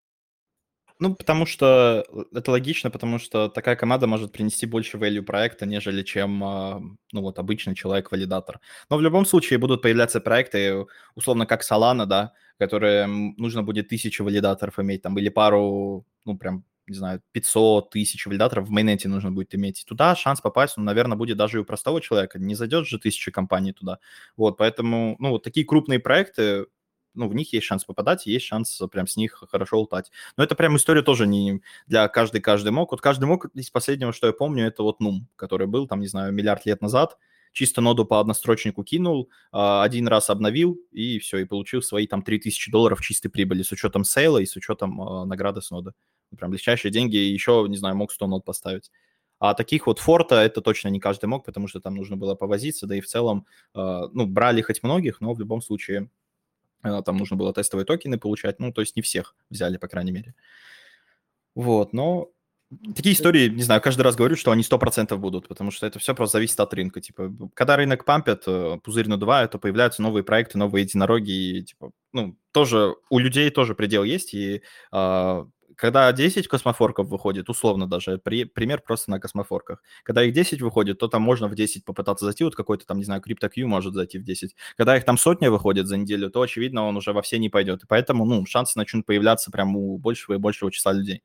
Ну, потому что это логично, потому что такая команда может принести больше value проекта, нежели чем, ну, вот обычный человек-валидатор. Но в любом случае будут появляться проекты, условно, как Solana, да, которые нужно будет 1000 валидаторов иметь, там, или пару, ну, прям, не знаю, 500 тысяч валидаторов в майнете нужно будет иметь. И туда шанс попасть, ну, наверное, будет даже и у простого человека. Не зайдет же 1000 компаний туда. Вот, поэтому, ну, вот такие крупные проекты, ну, в них есть шанс попадать, и есть шанс прям с них хорошо ултать. Но это прям история тоже не для каждый мог. Вот каждый мог из последнего, что я помню, это вот Нум, который был там, не знаю, миллиард лет назад. Чисто ноду по однострочнику кинул, один раз обновил, и все, и получил свои там $3000 чистой прибыли с учетом сейла и с учетом награды с ноды. Прям легчайшие деньги, и еще, не знаю, мог 100 нод поставить. А таких вот форта это точно не каждый мог, потому что там нужно было повозиться, да и в целом, ну, брали хоть многих, но в любом случае там нужно было тестовые токены получать, ну, то есть не всех взяли, по крайней мере. Вот, но такие истории, не знаю, каждый раз говорю, что они 100% будут, потому что это все просто зависит от рынка. Типа, когда рынок пампит, пузырь надувает, то появляются новые проекты, новые единороги, и, типа, ну, тоже у людей тоже предел есть, и когда 10 космофорков выходит, условно даже, пример просто на космофорках, когда их 10 выходит, то там можно в 10 попытаться зайти, вот какой-то там, не знаю, CryptoQ может зайти в 10. Когда их там сотня выходит за неделю, то, очевидно, он уже во все не пойдет. И поэтому, ну, шансы начнут появляться прям у большего и большего числа людей.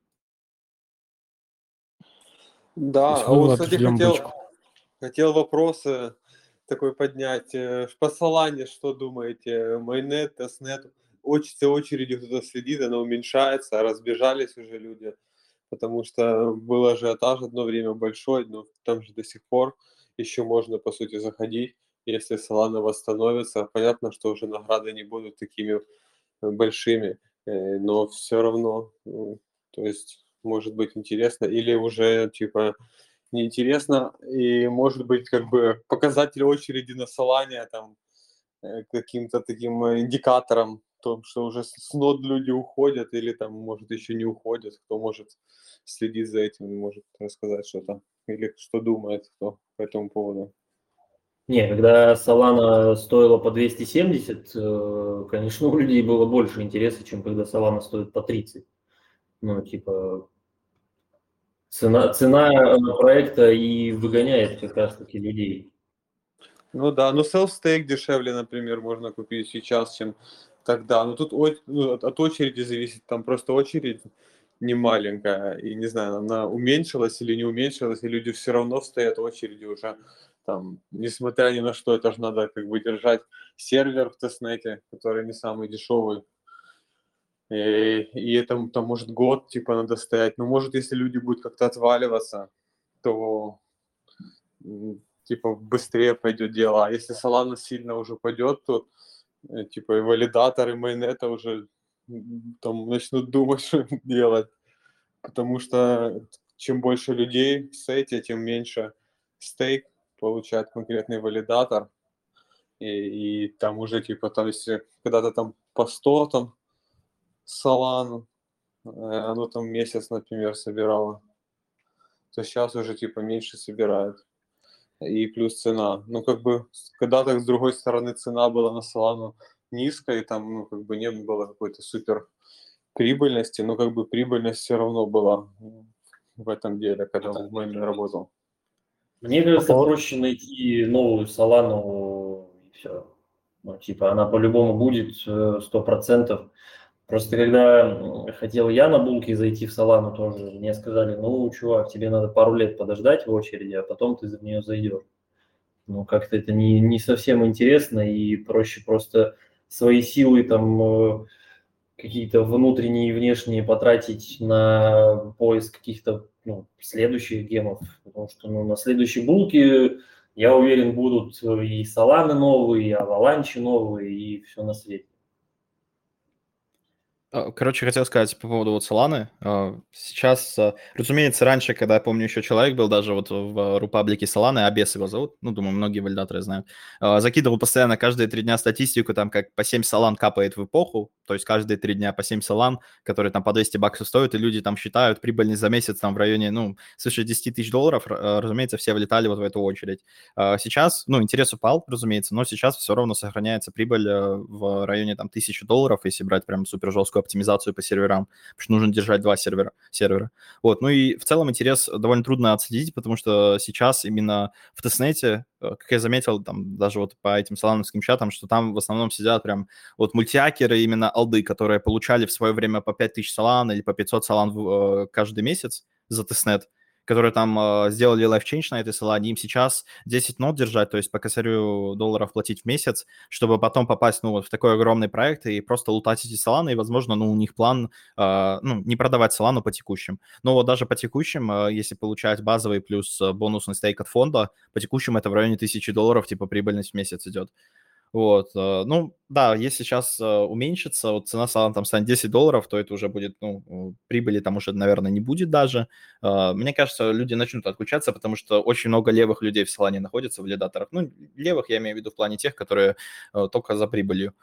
То Да, есть а вот, вывод, кстати, ждем бычку. хотел вопрос такой поднять. По Солане что думаете? Майнет, тестнет? За очередью кто-то следит, она уменьшается, а разбежались уже люди. Потому что был ажиотаж одно время большой, но там же до сих пор еще можно, по сути, заходить, если Solana восстановится. Понятно, что уже награды не будут такими большими, но все равно, то есть, может быть интересно, или уже, типа, неинтересно, и, может быть, как бы показатель очереди на Solana там каким-то таким индикатором, том, что уже с нод люди уходят или там, может, еще не уходят, кто может следить за этим, может рассказать что-то или что думает кто по этому поводу. Не, когда Solana стоила по 270, конечно, у людей было больше интереса, чем когда Solana стоит по 30. Ну, типа, цена проекта и выгоняет как раз-таки людей. Ну да, но self-stake дешевле, например, можно купить сейчас, чем тогда. Но тут от очереди зависит, там просто очередь не маленькая, и не знаю, она уменьшилась или не уменьшилась, и люди все равно стоят в очереди уже, там, несмотря ни на что, это же надо как бы держать сервер в тестнете, который не самый дешевый, и это там может год, типа, надо стоять. Но может, если люди будут как-то отваливаться, то типа быстрее пойдет дело. А если Solana сильно уже пойдет, то типа и валидаторы майонета уже там начнут думать, что делать. Потому что чем больше людей в сете, тем меньше стейк получает конкретный валидатор. И там уже типа там, если когда-то там по 100 там Solana, оно там месяц, например, собирало, то сейчас уже типа меньше собирает. И плюс цена. Ну, как бы, когда-то, с другой стороны, цена была на Solana низкая, и там, ну, как бы не было какой-то супер прибыльности, но как бы прибыльность все равно была в этом деле, когда в майне работал. Мне кажется, проще найти новую Solana, и все. Ну, типа, она по-любому будет 100%. Просто когда хотел я на булке зайти в Solana тоже, мне сказали, ну, чувак, тебе надо пару лет подождать в очереди, а потом ты в нее зайдешь. Ну, как-то это не совсем интересно, и проще просто свои силы там какие-то внутренние и внешние потратить на поиск каких-то следующих гемов. Потому что на следующей булке, я уверен, будут и Solana новые, и Avalanche новые, и все на свете. Короче, хотел сказать по поводу вот Solana. Сейчас, разумеется, раньше, когда, я помню, еще человек был даже вот в рупаблике Solana, Абес его зовут, ну, думаю, многие валидаторы знают, закидывал постоянно каждые 3 дня статистику, там, как по 7 Solana капает в эпоху, то есть каждые 3 дня по 7 Solana, которые там по $200 стоят, и люди там считают прибыльность за месяц там в районе, ну, свыше 10 тысяч долларов, разумеется, все влетали вот в эту очередь. Сейчас, ну, интерес упал, разумеется, но сейчас все равно сохраняется прибыль в районе там $1000, если брать прям супер жесткую оптимизацию по серверам, потому что нужно держать 2 сервера. Вот, ну и в целом интерес довольно трудно отследить, потому что сейчас именно в тестнете, как я заметил, там даже вот по этим солановским чатам, что там в основном сидят прям вот мультиакеры, именно алды, которые получали в свое время по 5000 солан или по 500 солан каждый месяц за тестнет, которые там сделали лайфчейндж на этой Solana, им сейчас 10 нод держать, то есть по косарю долларов платить в месяц, чтобы потом попасть, ну, вот в такой огромный проект и просто лутать эти Solana, и, возможно, ну, у них план, ну, не продавать Solana по текущим. Но вот даже по текущим, если получать базовый плюс бонусный стейк от фонда, по текущим это в районе $1000, типа, прибыльность в месяц идет. Вот, ну, да, если сейчас уменьшится, вот цена Solana там станет $10, то это уже будет, ну, прибыли там уже, наверное, не будет даже. Мне кажется, люди начнут отключаться, потому что очень много левых людей в Solana находится, валидаторах. Ну, левых я имею в виду в плане тех, которые только за прибылью,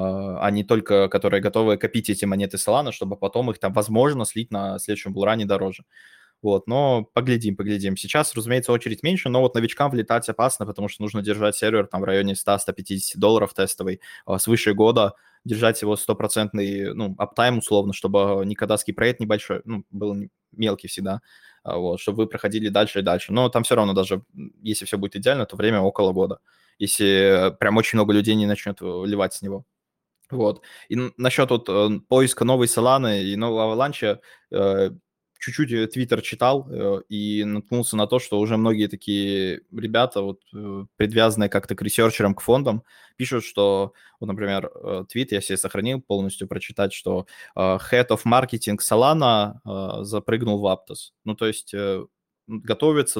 а не только которые готовы копить эти монеты Solana, чтобы потом их там, возможно, слить на следующем булране дороже. Вот, но поглядим. Сейчас, разумеется, очередь меньше, но вот новичкам влетать опасно, потому что нужно держать сервер там в районе $100-150 тестовый свыше года, держать его 100%, ну, аптайм условно, чтобы никогда скипрейт небольшой, ну, был мелкий всегда, вот, чтобы вы проходили дальше и дальше. Но там все равно даже, если все будет идеально, то время около года, если прям очень много людей не начнет вливать с него. Вот. И насчет вот поиска новой Solana и нового Avalanche, чуть-чуть Твиттер читал и наткнулся на то, что уже многие такие ребята, вот предвязанные как-то к ресерчерам, к фондам, пишут, что, вот, например, твит я себе сохранил полностью прочитать, что Head of Marketing Solana запрыгнул в Aptos. Ну, то есть готовится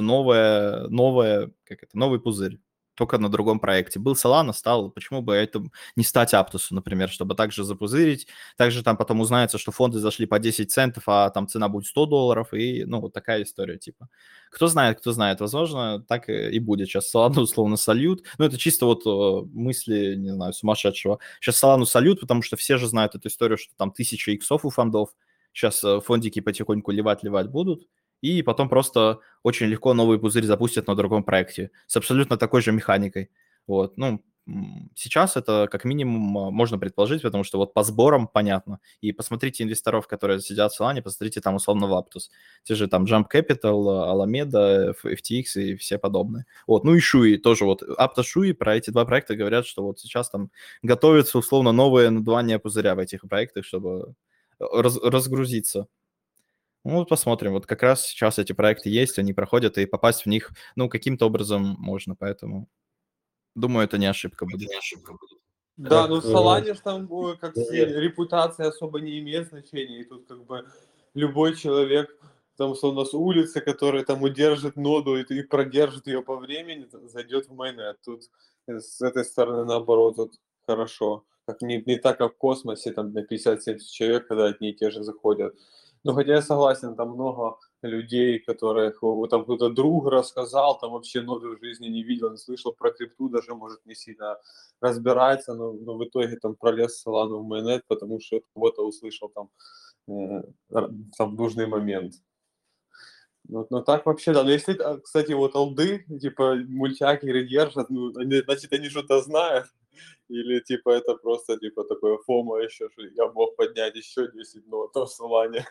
новый пузырь, только на другом проекте. Был Solana, стал, почему бы это не стать Аптусу, например, чтобы также запузырить. Также там потом узнается, что фонды зашли по 10 центов, а там цена будет $100, и, ну, вот такая история, типа. Кто знает, возможно, так и будет. Сейчас Solana условно сольют. Ну, это чисто вот мысли, не знаю, сумасшедшего. Сейчас Solana сольют, потому что все же знают эту историю, что там 1000 иксов у фондов. Сейчас фондики потихоньку ливать будут. и потом просто очень легко новый пузырь запустят на другом проекте с абсолютно такой же механикой. Вот, ну, сейчас это как минимум можно предположить, потому что вот по сборам понятно. И посмотрите инвесторов, которые сидят в Solana, посмотрите там условно в Aptos. Те же там Jump Capital, Alameda, FTX и все подобные. Вот, ну и Shui тоже вот. Aptos, Shui про эти два проекта говорят, что вот сейчас там готовится условно новое надувание пузыря в этих проектах, чтобы разгрузиться. Ну, вот посмотрим. Вот как раз сейчас эти проекты есть, они проходят, и попасть в них, ну, каким-то образом можно, поэтому думаю, это не ошибка будет. Да, Как, ну в Солане ж там как Нет. репутация особо не имеет значения, и тут как бы любой человек там условно с улицы, который там удержит ноду и продержит ее по времени, зайдет в майнет. Тут с этой стороны наоборот тут хорошо. Как не так, как в космосе, там на 50-70 человек, когда одни и те же заходят. Ну, хотя я согласен, там много людей, которых там кто-то друг рассказал, там вообще ноды в жизни не видел, не слышал про крипту, даже, может, не сильно разбирается, но в итоге там пролез Солану в майонет, потому что кого-то услышал там, там в нужный момент. Вот, но так вообще, да. Но если, кстати, вот алды, типа, мультякеры держат, ну, значит, они что-то знают. Или, типа, это просто, типа, такое фома еще, что я мог поднять еще 10 нот в Солане.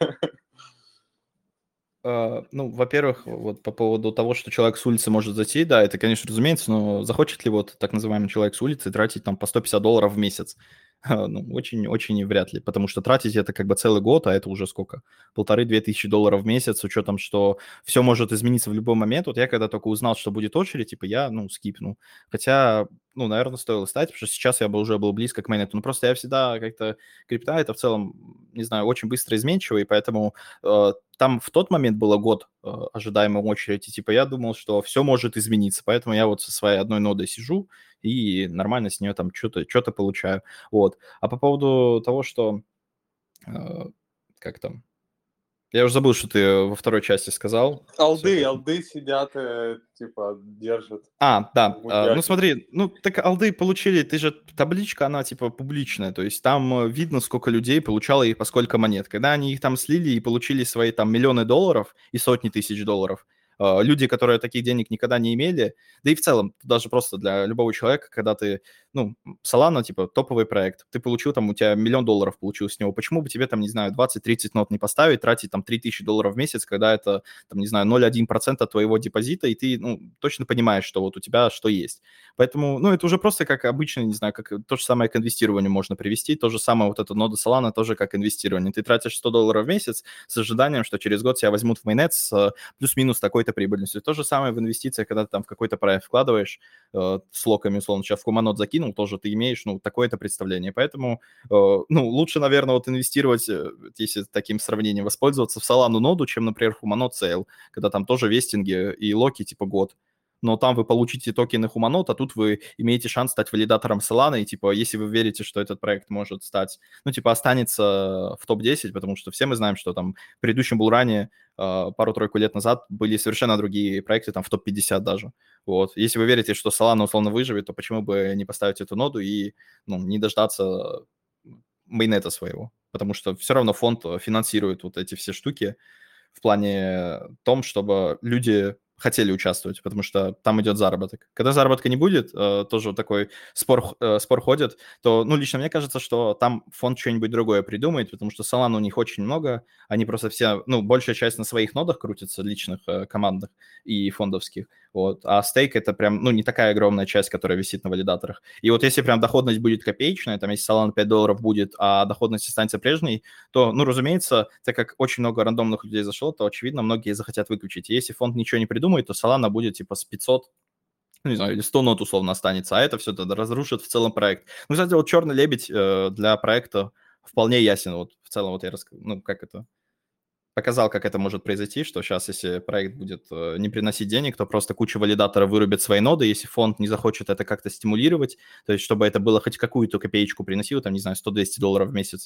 Ну, во-первых, вот по поводу того, что человек с улицы может зайти, да, это, конечно, разумеется, но захочет ли вот так называемый человек с улицы тратить там по $150 в месяц? Ну, очень вряд ли, потому что тратить это как бы целый год, а это уже сколько? 1500-2000 в месяц, с учетом, что все может измениться в любой момент. Вот я когда только узнал, что будет очередь, типа я, ну, скипнул. Хотя, ну, наверное, стоило стать, потому что сейчас я бы уже был близко к майнету. Ну, просто я всегда как-то... Крипта это в целом, не знаю, очень быстро изменчиво, и поэтому там в тот момент было год ожидаемой очереди, типа я думал, что все может измениться, поэтому я вот со своей одной нодой сижу и нормально с нее там что-то получаю. Вот. А по поводу того, что... как там? Я уже забыл, что ты во второй части сказал. Алды сидят, типа, держат. Да. Мультяки. Ну смотри, ну так алды получили, ты же табличка, она типа публичная, то есть там видно, сколько людей получало и по сколько монет. Когда они их там слили и получили свои там миллионы долларов и сотни тысяч долларов, люди, которые таких денег никогда не имели, да и в целом, даже просто для любого человека, когда ты, ну, Solana, типа, топовый проект, ты получил там, у тебя $1 миллион получилось с него, почему бы тебе там, не знаю, 20-30 нот не поставить, тратить там $3000 в месяц, когда это, там, не знаю, 0,1% от твоего депозита, и ты, ну, точно понимаешь, что вот у тебя что есть. Поэтому, ну, это уже просто как обычно, не знаю, как то же самое к инвестированию можно привести, то же самое вот эта нода Solana тоже как инвестирование. Ты тратишь $100 в месяц с ожиданием, что через год тебя возьмут в майнет с плюс-минус такой-то прибыльностью. То же самое в инвестициях, когда ты там в какой-то проект вкладываешь с локами, условно, сейчас в Куманот закинул, тоже ты имеешь, ну, такое-то представление. Поэтому, ну, лучше, наверное, вот инвестировать, если таким сравнением воспользоваться, в Solana ноду, чем, например, в Humanot Sale, когда там тоже вестинги и локи типа год. Но там вы получите токены Humanot, а тут вы имеете шанс стать валидатором Solana, и, типа, если вы верите, что этот проект может стать, ну, типа, останется в топ-10, потому что все мы знаем, что там в предыдущем булране пару-тройку лет назад были совершенно другие проекты, там в топ-50 даже. Вот. Если вы верите, что Solana условно выживет, то почему бы не поставить эту ноду и, ну, не дождаться мейнета своего? Потому что все равно фонд финансирует вот эти все штуки в плане том, чтобы люди хотели участвовать, потому что там идет заработок. Когда заработка не будет, тоже вот такой спор ходит, то, ну, лично мне кажется, что там фонд что-нибудь другое придумает, потому что Solana у них очень много, они просто все, ну, большая часть на своих нодах крутится, личных, командных и фондовских, вот, а стейк это прям, ну, не такая огромная часть, которая висит на валидаторах. И вот если прям доходность будет копеечная, там, если Solana $5 будет, а доходность останется прежней, то, ну, разумеется, так как очень много рандомных людей зашло, то, очевидно, многие захотят выключить. И если фонд ничего не придумает, то Solana будет типа с 500, ну, не знаю, или 100 нот условно останется, а это все тогда разрушит в целом проект. Ну, кстати, вот «Черный лебедь» для проекта вполне ясен. Вот в целом вот я ну, как это... Показал, как это может произойти, что сейчас, если проект будет не приносить денег, то просто куча валидаторов вырубит свои ноды, если фонд не захочет это как-то стимулировать, то есть чтобы это было хоть какую-то копеечку приносило, там, не знаю, $100-200 в месяц,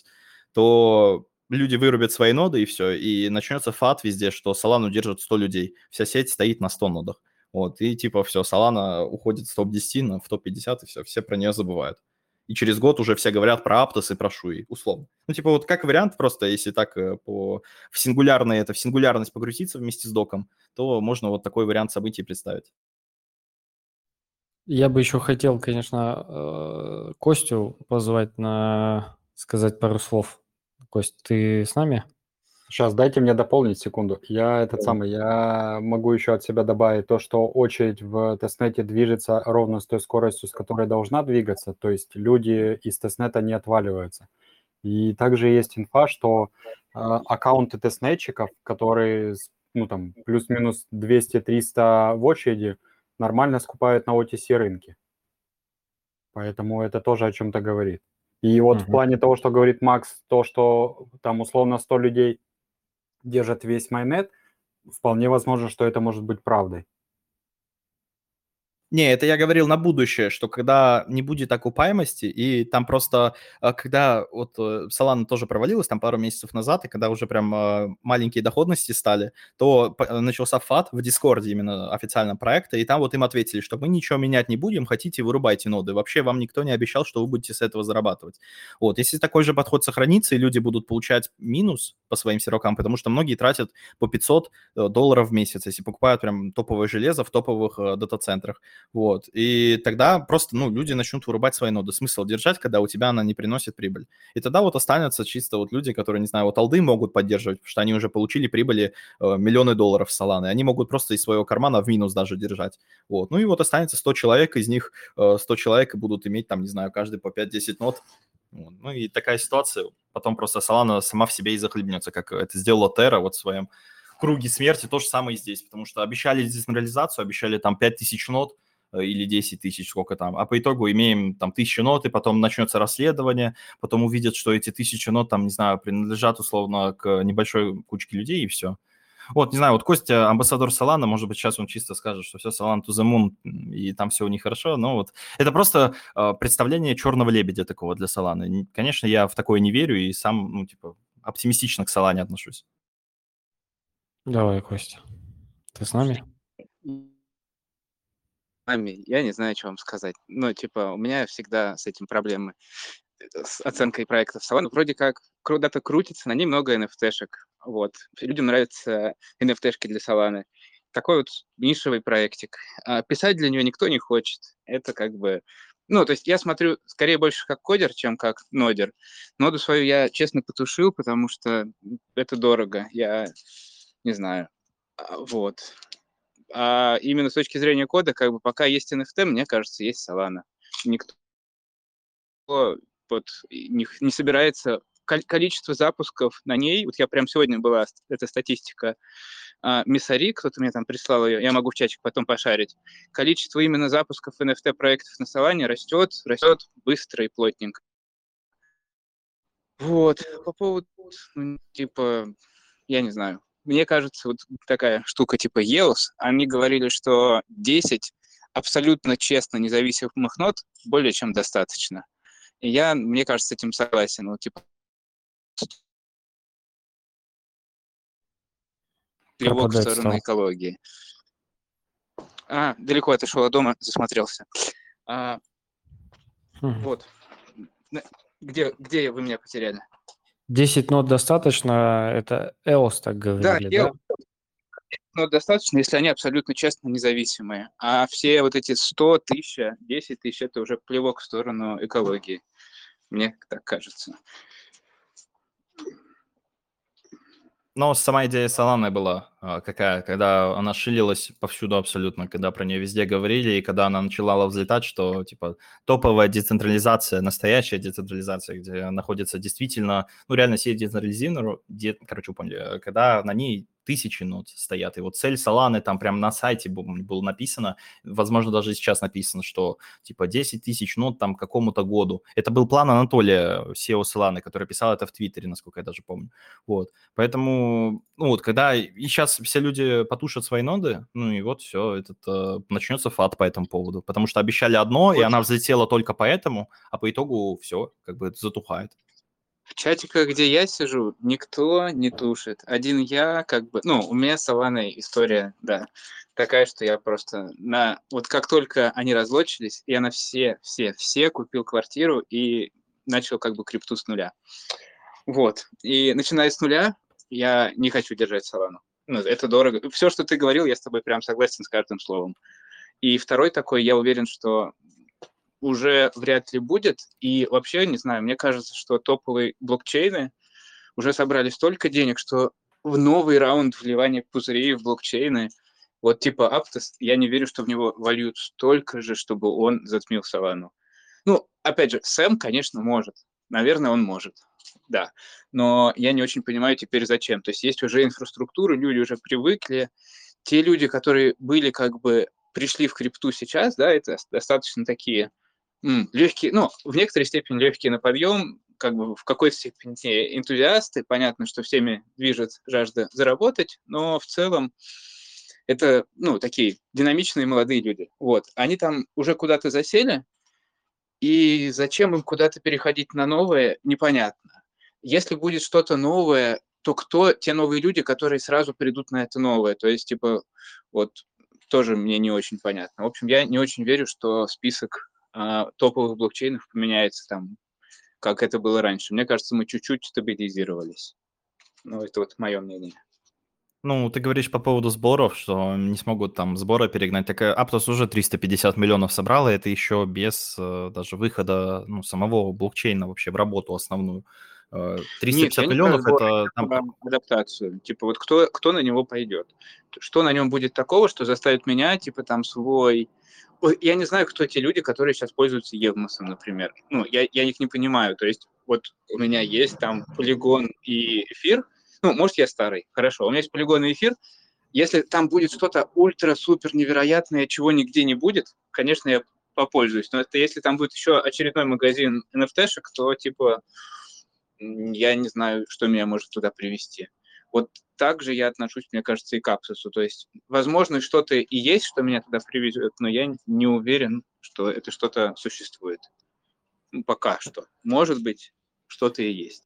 то люди вырубят свои ноды, и все, и начнется фат везде, что Solana держит 100 людей, вся сеть стоит на 100 нодах, вот, и типа все, Solana уходит с топ-10 в топ-50, и все про нее забывают. и через год уже все говорят про Aptos и про Shui, условно. Ну, типа, вот как вариант, просто если так в сингулярность погрузиться вместе с доком, то можно вот такой вариант событий представить. Я бы еще хотел, конечно, Костю позвать сказать пару слов. Кость, ты с нами? Сейчас дайте мне дополнить секунду. Я могу еще от себя добавить то, что очередь в тестнете движется ровно с той скоростью, с которой должна двигаться, то есть люди из тестнета не отваливаются. И также есть инфа, что аккаунты тестнетчиков, которые, там, плюс-минус 200-300 в очереди, нормально скупают на OTC рынке. Поэтому это тоже о чем-то говорит. И вот в плане того, что говорит Макс, то, что там условно 100 людей держат весь майонет, вполне возможно, что это может быть правдой. Не, это я говорил на будущее, что когда не будет окупаемости, и там просто, когда вот Solana тоже провалилась там пару месяцев назад, и когда уже прям маленькие доходности стали, то начался ФАТ в Дискорде именно официально проекта, и там вот им ответили, что мы ничего менять не будем, хотите, вырубайте ноды. Вообще вам никто не обещал, что вы будете с этого зарабатывать. Вот, если такой же подход сохранится, и люди будут получать минус по своим сервакам, потому что многие тратят по $500 в месяц, если покупают прям топовое железо в топовых дата-центрах. Вот, и тогда просто, люди начнут вырубать свои ноды. Смысл держать, когда у тебя она не приносит прибыль. И тогда вот останутся чисто вот люди, которые, не знаю, вот алды могут поддерживать, потому что они уже получили прибыли миллионы долларов с Solana, они могут просто из своего кармана в минус даже держать. Вот, и вот останется 100 человек, из них 100 человек будут иметь там, не знаю, каждый по 5-10 нод. Вот. И такая ситуация, потом просто Solana сама в себе и захлебнется, как это сделала Terra вот в своем круге смерти, то же самое и здесь, потому что обещали децентрализацию, обещали там 5000 нод, или 10 тысяч, сколько там, а по итогу имеем там 1000 нот, и потом начнется расследование, потом увидят, что эти 1000 нот там, не знаю, принадлежат условно к небольшой кучке людей, и все. Вот, не знаю, вот Костя, амбассадор Solana, может быть, сейчас он чисто скажет, что все Solana to the moon, и там все у них хорошо, но вот это просто представление черного лебедя такого для Solana. Конечно, я в такое не верю и сам, оптимистично к Solana отношусь. Давай, Костя. Ты с нами? Я не знаю, что вам сказать. У меня всегда с этим проблемы, с оценкой проектов Solana. Вроде как куда-то крутится, на ней много NFT-шек. Вот. Людям нравятся NFT-шки для Solana. Такой вот нишевый проектик. А писать для нее никто не хочет. Это как бы... то есть я смотрю скорее больше как кодер, чем как нодер. Ноду свою я, честно, потушил, потому что это дорого. Я не знаю. Вот. А именно с точки зрения кода, пока есть NFT, мне кажется, есть Solana. Никто не собирается... Количество запусков на ней, вот я прям сегодня была эта статистика, Миссари, кто-то мне там прислал ее, я могу в чатик потом пошарить. Количество именно запусков NFT-проектов на Solana растет быстро и плотненько. Вот, по поводу, я не знаю, мне кажется, вот такая штука типа EOS, они говорили, что 10 абсолютно честно независимых нод более чем достаточно. И мне кажется, с этим согласен. Плевок в сторону экологии. Далеко отошел от дома, засмотрелся. Вот. Где вы меня потеряли? 10 нот достаточно, это EOS так говорили, да? Но достаточно, если они абсолютно честно независимые. А все вот эти 100, 1000, 10 тысяч – это уже плевок в сторону экологии. Мне так кажется. Но сама идея Solana была какая, когда она шилилась повсюду абсолютно, когда про нее везде говорили, и когда она начала взлетать, что типа топовая децентрализация, настоящая децентрализация, где находится действительно, реально сеть децентрализированная, вы поняли, когда на ней 1000 нод стоят. И вот цель Solana там прямо на сайте было написано, возможно, даже сейчас написано, что типа 10 тысяч нод там к какому-то году. Это был план Анатолия, SEO Solana, который писал это в Твиттере, насколько я даже помню. Вот. Поэтому, когда и сейчас все люди потушат свои ноды, и вот все, начнется фат по этому поводу. Потому что обещали одно, и она взлетела только поэтому, а по итогу все, затухает. В чатиках, где я сижу, никто не тушит. Один я, как бы, ну, у меня с Аланой история, да, такая, что я просто вот как только они разлочились, я на все купил квартиру и начал как бы крипту с нуля. Вот. И начиная с нуля, я не хочу держать Солану. Ну, это дорого. Все, что ты говорил, я с тобой прям согласен с каждым словом. И второй такой, я уверен, что уже вряд ли будет. И вообще, не знаю, мне кажется, что топовые блокчейны уже собрали столько денег, что в новый раунд вливания пузырей в блокчейны, вот типа Aptos, я не верю, что в него вольют столько же, чтобы он затмил Solana. Ну, опять же, Сэм, конечно, может. Наверное, он может. Да. Но я не очень понимаю теперь зачем. То есть есть уже инфраструктура, люди уже привыкли. Те люди, которые были как бы пришли в крипту сейчас, да, это достаточно такие легкие, ну, в некоторой степени легкие на подъем, как бы в какой-то степени энтузиасты. Понятно, что всеми движет жажда заработать, но в целом это, ну, такие динамичные молодые люди. Вот. Они там уже куда-то засели, и зачем им куда-то переходить на новое, непонятно. Если будет что-то новое, то кто те новые люди, которые сразу придут на это новое? То есть, типа, вот тоже мне не очень понятно. В общем, я не очень верю, что список топовых блокчейнов поменяется там, как это было раньше. Мне кажется, мы чуть-чуть стабилизировались. Ну, это вот мое мнение. Ну, ты говоришь по поводу сборов, что не смогут там сборы перегнать. Так Aptos уже 350 миллионов собрал, и это еще без даже выхода самого блокчейна вообще в работу основную. Нет, 350 я не про миллионов сбор, это я там... про адаптацию. Типа вот кто на него пойдет? Что на нем будет такого, что заставит меня, типа там свой... Ой, я не знаю, кто те люди, которые сейчас пользуются Евмосом, например. Ну, я их не понимаю. То есть вот у меня есть там полигон и эфир. Ну, может, я старый. Хорошо, у меня есть полигон и эфир. Если там будет что-то ультра-супер невероятное, чего нигде не будет, конечно, я попользуюсь. Но это если там будет еще очередной магазин NFT-шек, то типа я не знаю, что меня может туда привести. Вот так же я отношусь, мне кажется, и к Апсусу. То есть, возможно, что-то и есть, что меня туда приведет, но я не уверен, что это что-то существует. Пока что. Может быть, что-то и есть.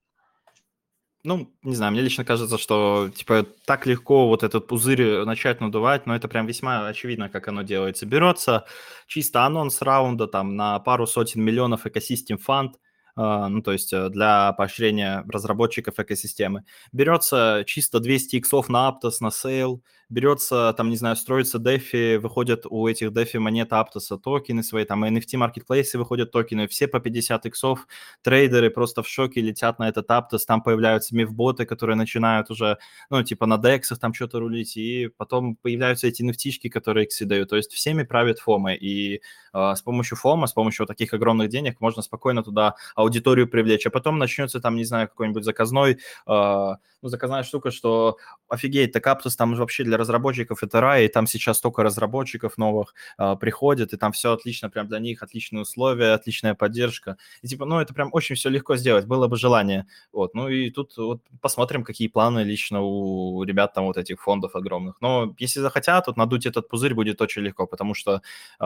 Ну, не знаю, мне лично кажется, что, типа, так легко вот этот пузырь начать надувать, но это прям весьма очевидно, как оно делается. Берется чисто анонс раунда там на пару сотен миллионов экосистем фанд, ну, то есть для поощрения разработчиков экосистемы. Берется чисто 200 иксов на Aptos, на сейл, берется, там, не знаю, строится DeFi, выходят у этих DeFi монет Aptos токены свои, там, NFT маркетплейсы выходят токены, все по 50 иксов, трейдеры просто в шоке летят на этот Aptos, там появляются мифботы, которые начинают уже, ну, типа на дексах там что-то рулить, и потом появляются эти nft которые иксы дают, то есть всеми правят фомы, и с помощью фома, с помощью таких огромных денег можно спокойно туда аудиторию привлечь, а потом начнется там, не знаю, какой-нибудь заказной, заказная штука, что офигеть, так Aptos там вообще для разработчиков это рай, и там сейчас столько разработчиков новых приходят, и там все отлично, прям для них отличные условия, отличная поддержка, и типа, ну, это прям очень все легко сделать, было бы желание, вот, ну, и тут вот посмотрим, какие планы лично у ребят там вот этих фондов огромных, но если захотят, вот надуть этот пузырь будет очень легко, потому что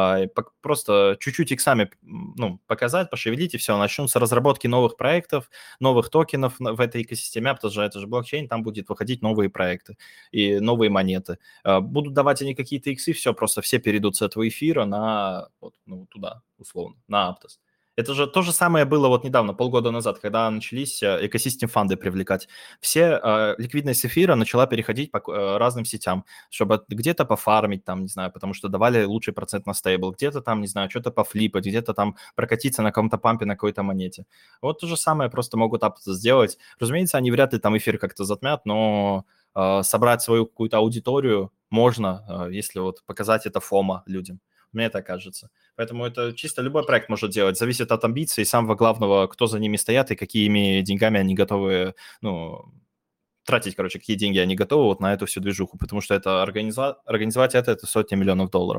просто чуть-чуть иксами, ну, показать, пошевелить, и все, начнутся разработки новых проектов, новых токенов в этой экосистеме, потому что это же блокчейн, там будет выходить новые проекты и новые монеты. Будут давать они какие-то иксы, все, просто все перейдут с этого эфира на, вот, ну, туда, условно, на Aptos. Это же то же самое было вот недавно, полгода назад, когда начались экосистем-фанды привлекать. Все ликвидность эфира начала переходить по разным сетям, чтобы где-то пофармить, там, не знаю, потому что давали лучший процент на стейбл, где-то там, не знаю, что-то пофлипать, где-то там прокатиться на каком-то пампе на какой-то монете. Вот то же самое просто могут Aptos сделать. Разумеется, они вряд ли там эфир как-то затмят, но собрать свою какую-то аудиторию можно, если вот показать это фома людям. Мне так кажется. Поэтому это чисто любой проект может делать. Зависит от амбиций и самого главного, кто за ними стоят и какими деньгами они готовы, ну, тратить, короче, какие деньги они готовы вот на эту всю движуху, потому что это организовать это сотни миллионов долларов.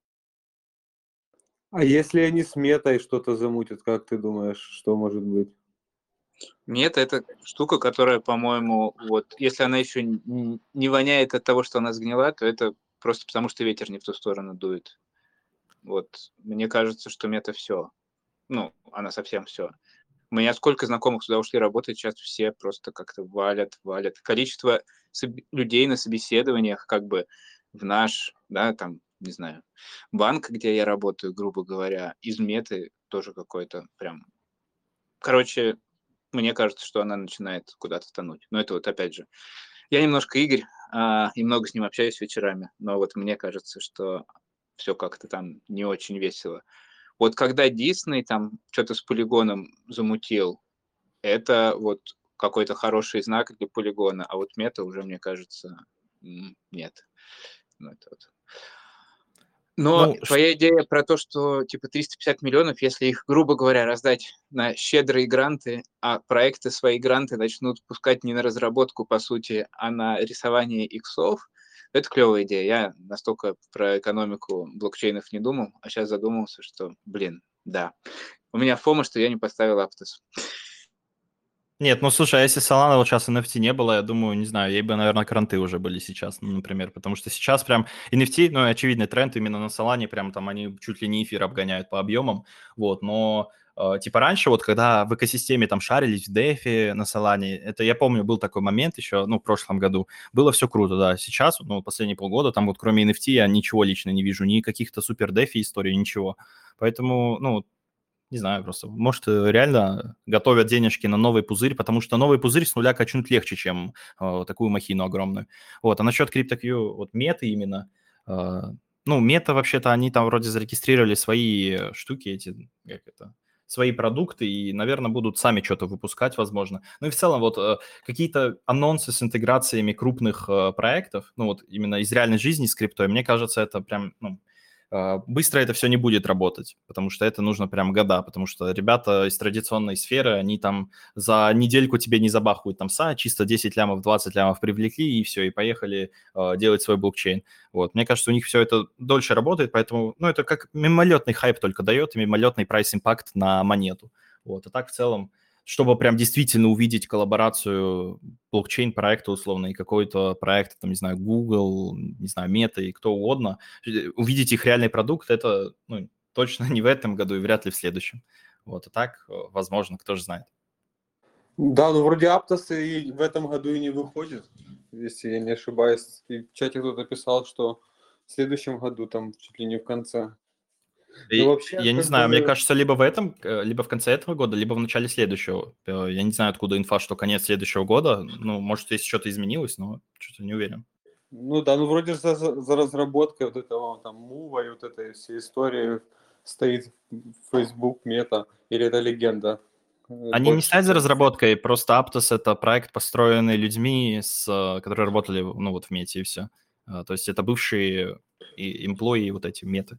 А если они с метой что-то замутят, как ты думаешь, что может быть? Мета — это штука, которая, по-моему, вот, если она еще не воняет от того, что она сгнила, то это просто потому, что ветер не в ту сторону дует. Вот, мне кажется, что мета все. Ну, она совсем все. У меня сколько знакомых туда ушли работать, сейчас все просто как-то валят. Количество людей на собеседованиях как бы в наш, да, там, не знаю, банк, где я работаю, грубо говоря, из Меты тоже какой-то прям... Короче, мне кажется, что она начинает куда-то тонуть. Но это вот опять же. Я немножко Игорь, и много с ним общаюсь вечерами, но вот мне кажется, что все как-то там не очень весело. Вот когда Дисней там что-то с полигоном замутил, это вот какой-то хороший знак для полигона, а вот Мета уже, мне кажется, нет. Ну, это вот. Но Ну, твоя идея про то, что типа 350 миллионов, если их, грубо говоря, раздать на щедрые гранты, а проекты свои гранты начнут пускать не на разработку, по сути, а на рисование иксов, это клевая идея. Я настолько про экономику блокчейнов не думал, а сейчас задумался, что, блин, да. У меня фома, что я не поставил Aptos. Нет, ну слушай, а если Solana вот сейчас NFT не было, я думаю, не знаю, ей бы, наверное, кранты уже были сейчас, ну, например, потому что сейчас прям NFT, ну, очевидный тренд именно на Solana, прям там они чуть ли не эфир обгоняют по объемам, вот, но типа раньше, вот когда в экосистеме там шарились в DeFi на Solana, это я помню, был такой момент еще, ну, в прошлом году, было все круто, да, сейчас, ну, последние полгода, там вот кроме NFT я ничего лично не вижу, ни каких-то супер DeFi историй, ничего, поэтому, ну, не знаю просто. Может, реально готовят денежки на новый пузырь, потому что новый пузырь с нуля качнуть легче, чем такую махину огромную. Вот. А насчет CryptoQ, вот меты именно, ну, мета вообще-то, они там вроде зарегистрировали свои штуки, эти, как это, свои продукты, и, наверное, будут сами что-то выпускать, возможно. Ну и в целом вот какие-то анонсы с интеграциями крупных проектов, ну вот именно из реальной жизни с криптой, мне кажется, это прям, ну, быстро это все не будет работать, потому что это нужно прям года, потому что ребята из традиционной сферы, они там за недельку тебе не забахают там чисто 10 лямов, 20 лямов привлекли, и все, и поехали делать свой блокчейн. Вот. Мне кажется, у них все это дольше работает, поэтому, ну, это как мимолетный хайп только дает, и мимолетный прайс-импакт на монету. Вот. А так в целом, чтобы прям действительно увидеть коллаборацию блокчейн-проекта условно и какой-то проект, там, не знаю, Google, не знаю, Meta и кто угодно, увидеть их реальный продукт, это, ну, точно не в этом году и вряд ли в следующем. Вот, а так, возможно, кто же знает. Да, ну вроде Aptos и в этом году и не выходит, если я не ошибаюсь. И в чате кто-то писал, что в следующем году, там, чуть ли не в конце. Ну, вообще, Я не как знаю, мне бы... кажется, либо в конце этого года, либо в начале следующего. Я не знаю, откуда инфа, что конец следующего года. Ну, может, если что-то изменилось, но что-то не уверен. Ну да, ну вроде за разработкой вот этого там мува и вот этой всей истории стоит Facebook, Мета, или это легенда? Они не Больше стоят за всего. разработкой, просто Aptos — это проект, построенный людьми, которые работали, ну, вот в Мете, и все. То есть это бывшие эмплои вот эти Меты.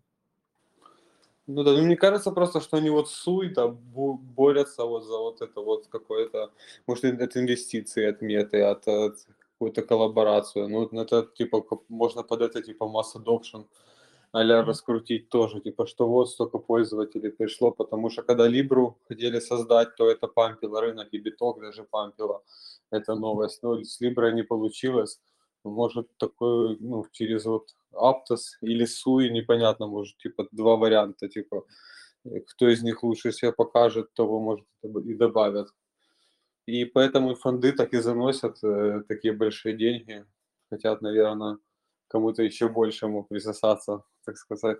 Ну да, ну мне кажется просто, что они вот суета борются вот за вот это вот какое-то, может, это инвестиции от Меты, от какую-то коллаборацию. Ну, это типа можно под это типа mass adoption а-ля раскрутить тоже, типа, что вот столько пользователей пришло, потому что когда Либру хотели создать, то это пампило рынок, и биток даже пампило. Это новость. Но с Либрой не получилось. Может, такой, ну, через вот Aptos или Sui, непонятно, может, типа, два варианта, типа, кто из них лучше себя покажет, того, может, и добавят. И поэтому фонды так и заносят такие большие деньги. Хотят, наверное, кому-то еще большему присосаться, так сказать.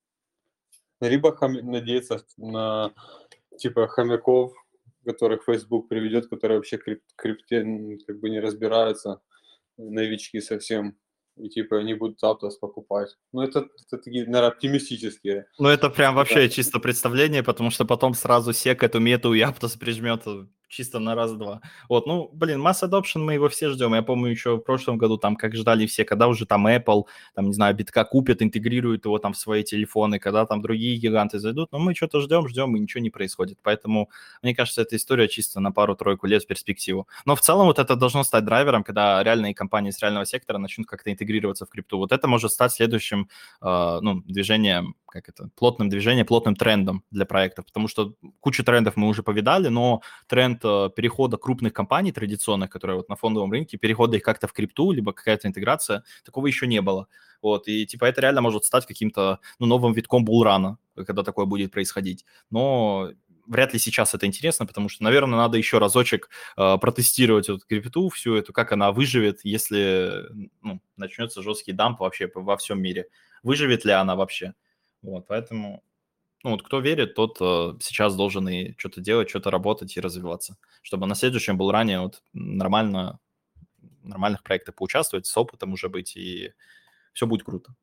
Либо надеяться на типа хомяков, которых Facebook приведет, которые вообще крипте как бы не разбираются, новички совсем, и типа они будут Aptos покупать. Ну это такие, наверное, оптимистические. Ну, это прям Да. вообще чисто представление, потому что потом сразу сек эту мету и Aptos прижмет чисто на раз-два. Вот, ну, блин, Mass Adoption, мы его все ждем. Я помню еще в прошлом году, там, как ждали все, когда уже там Apple, там, не знаю, битка купят, интегрируют его там в свои телефоны, когда там другие гиганты зайдут. Но мы что-то ждем, и ничего не происходит. Поэтому, мне кажется, эта история чисто на пару-тройку лет в перспективу. Но в целом вот это должно стать драйвером, когда реальные компании с реального сектора начнут как-то интегрироваться в крипту. Вот это может стать следующим, ну, движением, как это, плотным движением, плотным трендом для проектов, потому что кучу трендов мы уже повидали, но тренд перехода крупных компаний традиционных, которые вот на фондовом рынке, перехода их как-то в крипту, либо какая-то интеграция, такого еще не было. Вот, и типа это реально может стать каким-то, ну, новым витком булрана, когда такое будет происходить. Но вряд ли сейчас это интересно, потому что, наверное, надо еще разочек протестировать эту крипту, всю эту, как она выживет, если начнется жесткий дамп вообще во всем мире. Выживет ли она вообще? Вот, поэтому, вот кто верит, тот сейчас должен и что-то делать, что-то работать и развиваться, чтобы на следующем булране вот нормальных проектах поучаствовать, с опытом уже быть, и все будет круто.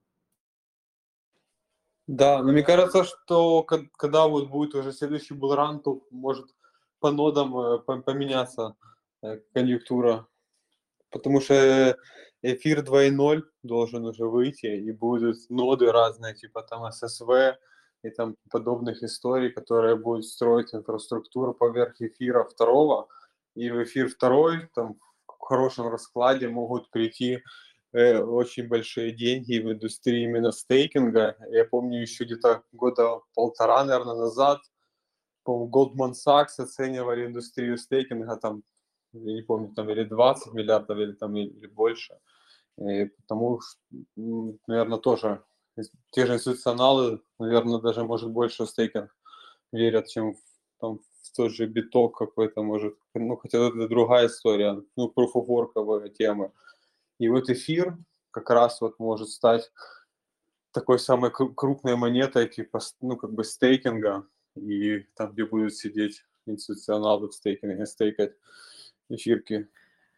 Да, но мне кажется, что когда вот будет уже следующий булран, то может по нодам поменяться конъюнктура. Потому что эфир 2.0 должен уже выйти, и будут ноды разные, типа там SSV и там подобных историй, которые будут строить инфраструктуру поверх эфира второго. И в эфир второй там в хорошем раскладе могут прийти очень большие деньги в индустрии именно стейкинга. Я помню еще где-то года полтора, наверное, назад, по-моему, Goldman Sachs оценивали индустрию стейкинга там, я не помню, там или 20 миллиардов, или там или больше. И потому, наверное, тоже те же институционалы, наверное, даже, может, больше в стейкинг верят, чем там, в тот же биток какой-то, может. Ну, хотя это другая история, ну, proof of work темы. И вот эфир как раз вот может стать такой самой крупной монетой, типа, ну, как бы стейкинга, и там, где будут сидеть институционалы в стейкинге, стейкать эфирки.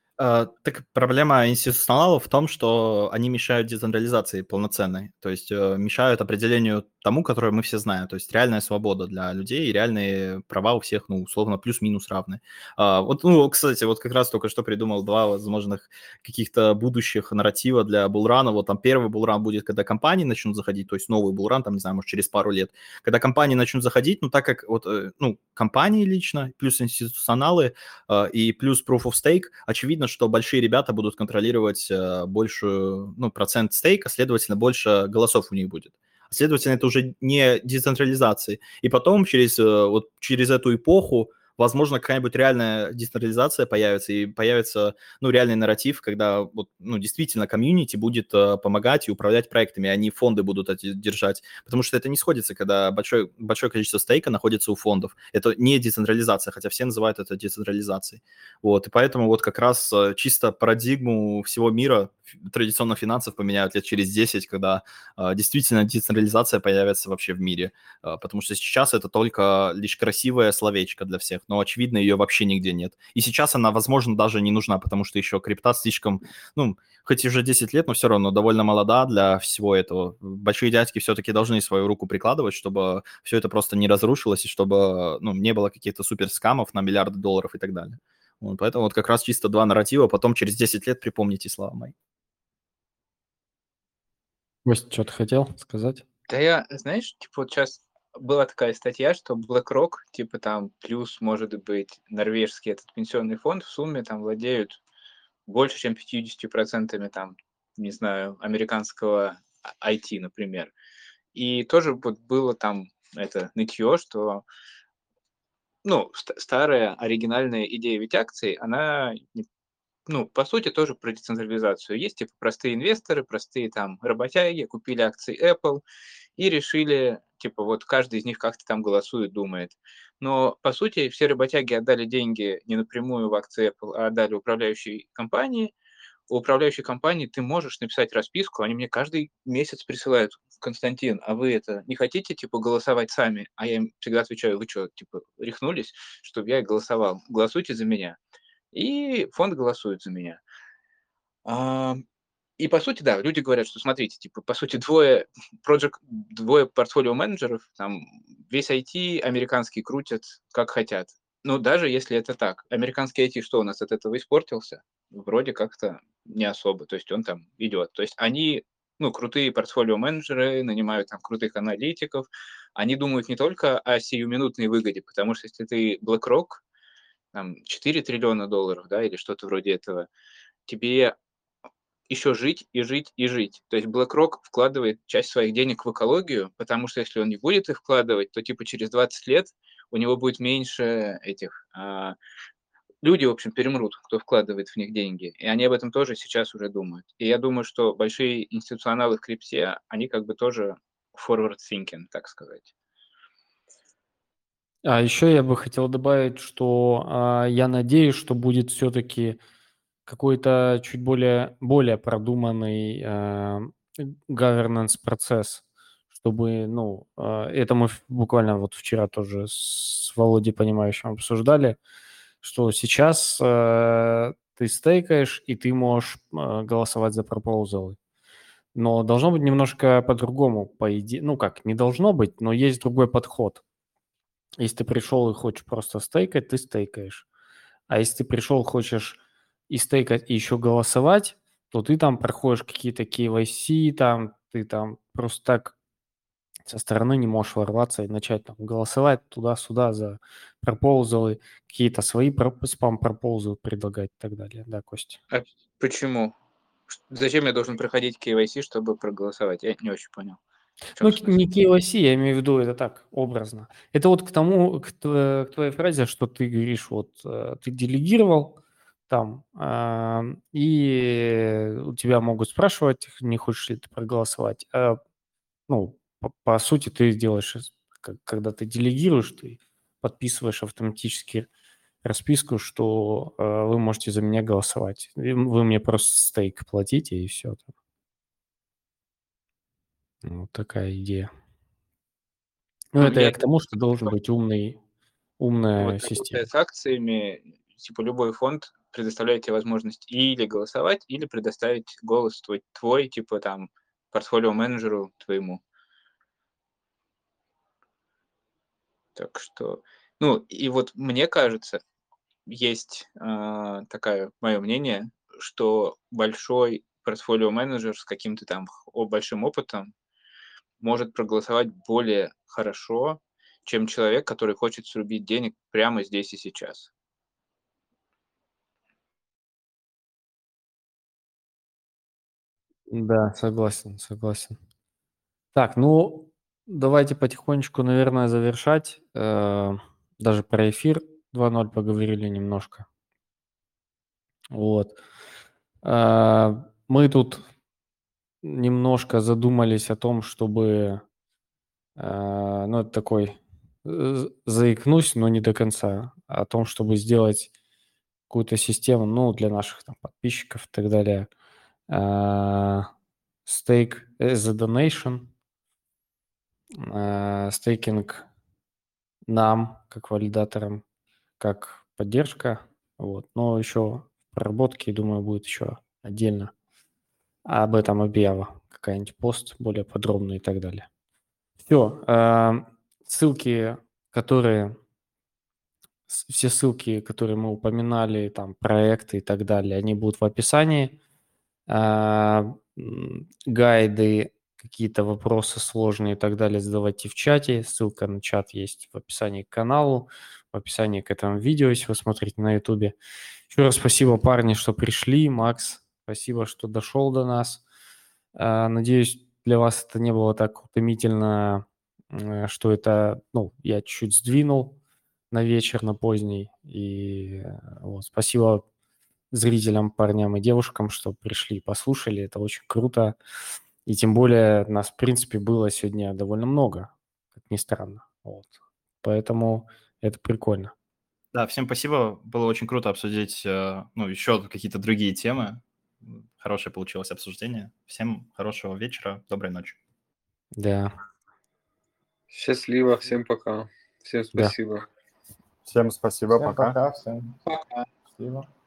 Так проблема институционалов в том, что они мешают децентрализации полноценной, то есть мешают определению тому, которое мы все знаем, то есть реальная свобода для людей и реальные права у всех, ну, условно, плюс-минус равны. Вот, ну, кстати, вот как раз только что придумал два возможных каких-то будущих нарратива для булрана. Вот там первый булран будет, когда компании начнут заходить, то есть новый булран, там, не знаю, может, через пару лет. Когда компании начнут заходить, ну, так как вот, ну, компании лично, плюс институционалы и плюс proof of stake, очевидно, что большие ребята будут контролировать большую, ну, процент стейка, следовательно, больше голосов у них будет. Следовательно, это уже не децентрализация. И потом через эту эпоху, возможно, какая-нибудь реальная децентрализация появится, и появится, ну, реальный нарратив, когда вот, ну, действительно комьюнити будет помогать и управлять проектами, а не фонды будут эти держать. Потому что это не сходится, когда большое количество стейка находится у фондов. Это не децентрализация, хотя все называют это децентрализацией. Вот, и поэтому вот как раз чисто парадигму всего мира традиционно финансов поменяют лет через 10, когда действительно децентрализация появится вообще в мире. Потому что сейчас это только лишь красивое словечко для всех, но, очевидно, ее вообще нигде нет. И сейчас она, возможно, даже не нужна, потому что еще крипта слишком, ну, хоть уже 10 лет, но все равно довольно молода для всего этого. Большие дядьки все-таки должны свою руку прикладывать, чтобы все это просто не разрушилось, и чтобы, ну, не было каких-то суперскамов на миллиарды долларов и так далее. Вот, поэтому вот как раз чисто два нарратива, потом через 10 лет припомните, слава мои. Кость, что-то хотел сказать? Да я, знаешь, типа вот сейчас была такая статья, что BlackRock, типа там плюс, может быть, норвежский этот пенсионный фонд в сумме там владеют больше, чем 50% там, не знаю, американского IT, например. И тоже вот было там это нытье, что, ну, старая оригинальная идея ведь акций, она, ну, по сути, тоже про децентрализацию. Есть, типа, простые инвесторы, простые там работяги, купили акции Apple и решили, типа, вот каждый из них как-то там голосует, думает. Но, по сути, все работяги отдали деньги не напрямую в акции Apple, а отдали управляющей компании. У управляющей компании ты можешь написать расписку, они мне каждый месяц присылают: Константин, а вы это не хотите, типа, голосовать сами? А я им всегда отвечаю: вы что, типа, рехнулись, чтобы я голосовал? Голосуйте за меня. И фонд голосует за меня. А, и по сути, да, люди говорят, что смотрите, типа, по сути, двое портфолио-менеджеров, там, весь IT американский крутят как хотят. Но даже если это так, американский IT что у нас от этого испортился? Вроде как-то не особо, то есть он там идет. То есть они, ну, крутые портфолио-менеджеры, нанимают там крутых аналитиков, они думают не только о сиюминутной выгоде, потому что если ты BlackRock, там, 4 триллиона долларов, да, или что-то вроде этого, тебе еще жить и жить и жить. То есть BlackRock вкладывает часть своих денег в экологию, потому что если он не будет их вкладывать, то типа через 20 лет у него будет меньше этих... люди, в общем, перемрут, кто вкладывает в них деньги. И они об этом тоже сейчас уже думают. И я думаю, что большие институционалы в крипте, они как бы тоже forward thinking, так сказать. А еще я бы хотел добавить, что я надеюсь, что будет все-таки какой-то чуть более продуманный governance процесс, чтобы, ну, это мы буквально вот вчера тоже с Володей Понимающим обсуждали, что сейчас ты стейкаешь, и ты можешь голосовать за пропозалы. Но должно быть немножко по-другому, по идее. Ну как, не должно быть, но есть другой подход. Если ты пришел и хочешь просто стейкать, ты стейкаешь. А если ты пришел, хочешь и стейкать, и еще голосовать, то ты там проходишь какие-то KYC, там, ты там просто так со стороны не можешь ворваться и начать там голосовать туда-сюда за пропозалы, какие-то свои спам-пропозалы предлагать и так далее. Да, Костя? А почему? Зачем я должен проходить KYC, чтобы проголосовать? Я не очень понял. В чем Ну, смысл? не KYC, я имею в виду это так, образно. Это вот к тому, к твоей фразе, что ты говоришь, вот ты делегировал там, и у тебя могут спрашивать, не хочешь ли ты проголосовать. Ну, по сути, ты делаешь, когда ты делегируешь, ты подписываешь автоматически расписку, что вы можете за меня голосовать. И вы мне просто стейк платите, и все. Вот такая идея. Ну, Ну, это я к тому, что должен быть умная вот система. работая с акциями, типа любой фонд предоставляет тебе возможность или голосовать, или предоставить голос твой типа там портфолио-менеджеру твоему. Так что, ну, и вот мне кажется, есть такое мое мнение, что большой портфолио-менеджер с каким-то там большим опытом может проголосовать более хорошо, чем человек, который хочет срубить денег прямо здесь и сейчас. Да, согласен, согласен. Так, ну, давайте потихонечку, наверное, завершать. Даже про эфир 2.0 поговорили немножко. Вот. Мы тут немножко задумались о том, чтобы, ну, это такой, заикнусь, но не до конца, о том, чтобы сделать какую-то систему, ну, для наших там подписчиков и так далее. Stake as a donation, стейкинг нам, как валидаторам, как поддержка. Вот. Но еще в проработке, думаю, будет еще отдельно об этом объява, какая-нибудь пост более подробный и так далее. Все. Ссылки, все ссылки, которые мы упоминали, там, проекты и так далее, они будут в описании. Гайды, какие-то вопросы сложные и так далее задавайте в чате. Ссылка на чат есть в описании к каналу, в описании к этому видео, если вы смотрите на ютубе. Еще раз спасибо, парни, что пришли. Макс, спасибо, что дошел до нас. Надеюсь, для вас это не было так утомительно, что это, ну, я чуть-чуть сдвинул на вечер, на поздний. И вот, спасибо зрителям, парням и девушкам, что пришли и послушали. Это очень круто. И тем более нас, в принципе, было сегодня довольно много, как ни странно. Вот. Поэтому это прикольно. Да, всем спасибо. Было очень круто обсудить, ну, еще какие-то другие темы. Хорошее получилось обсуждение. Всем хорошего вечера, доброй ночи. Да, Счастливо, всем пока. Всем да. спасибо. Всем спасибо, Всем пока. пока, всем счастливо.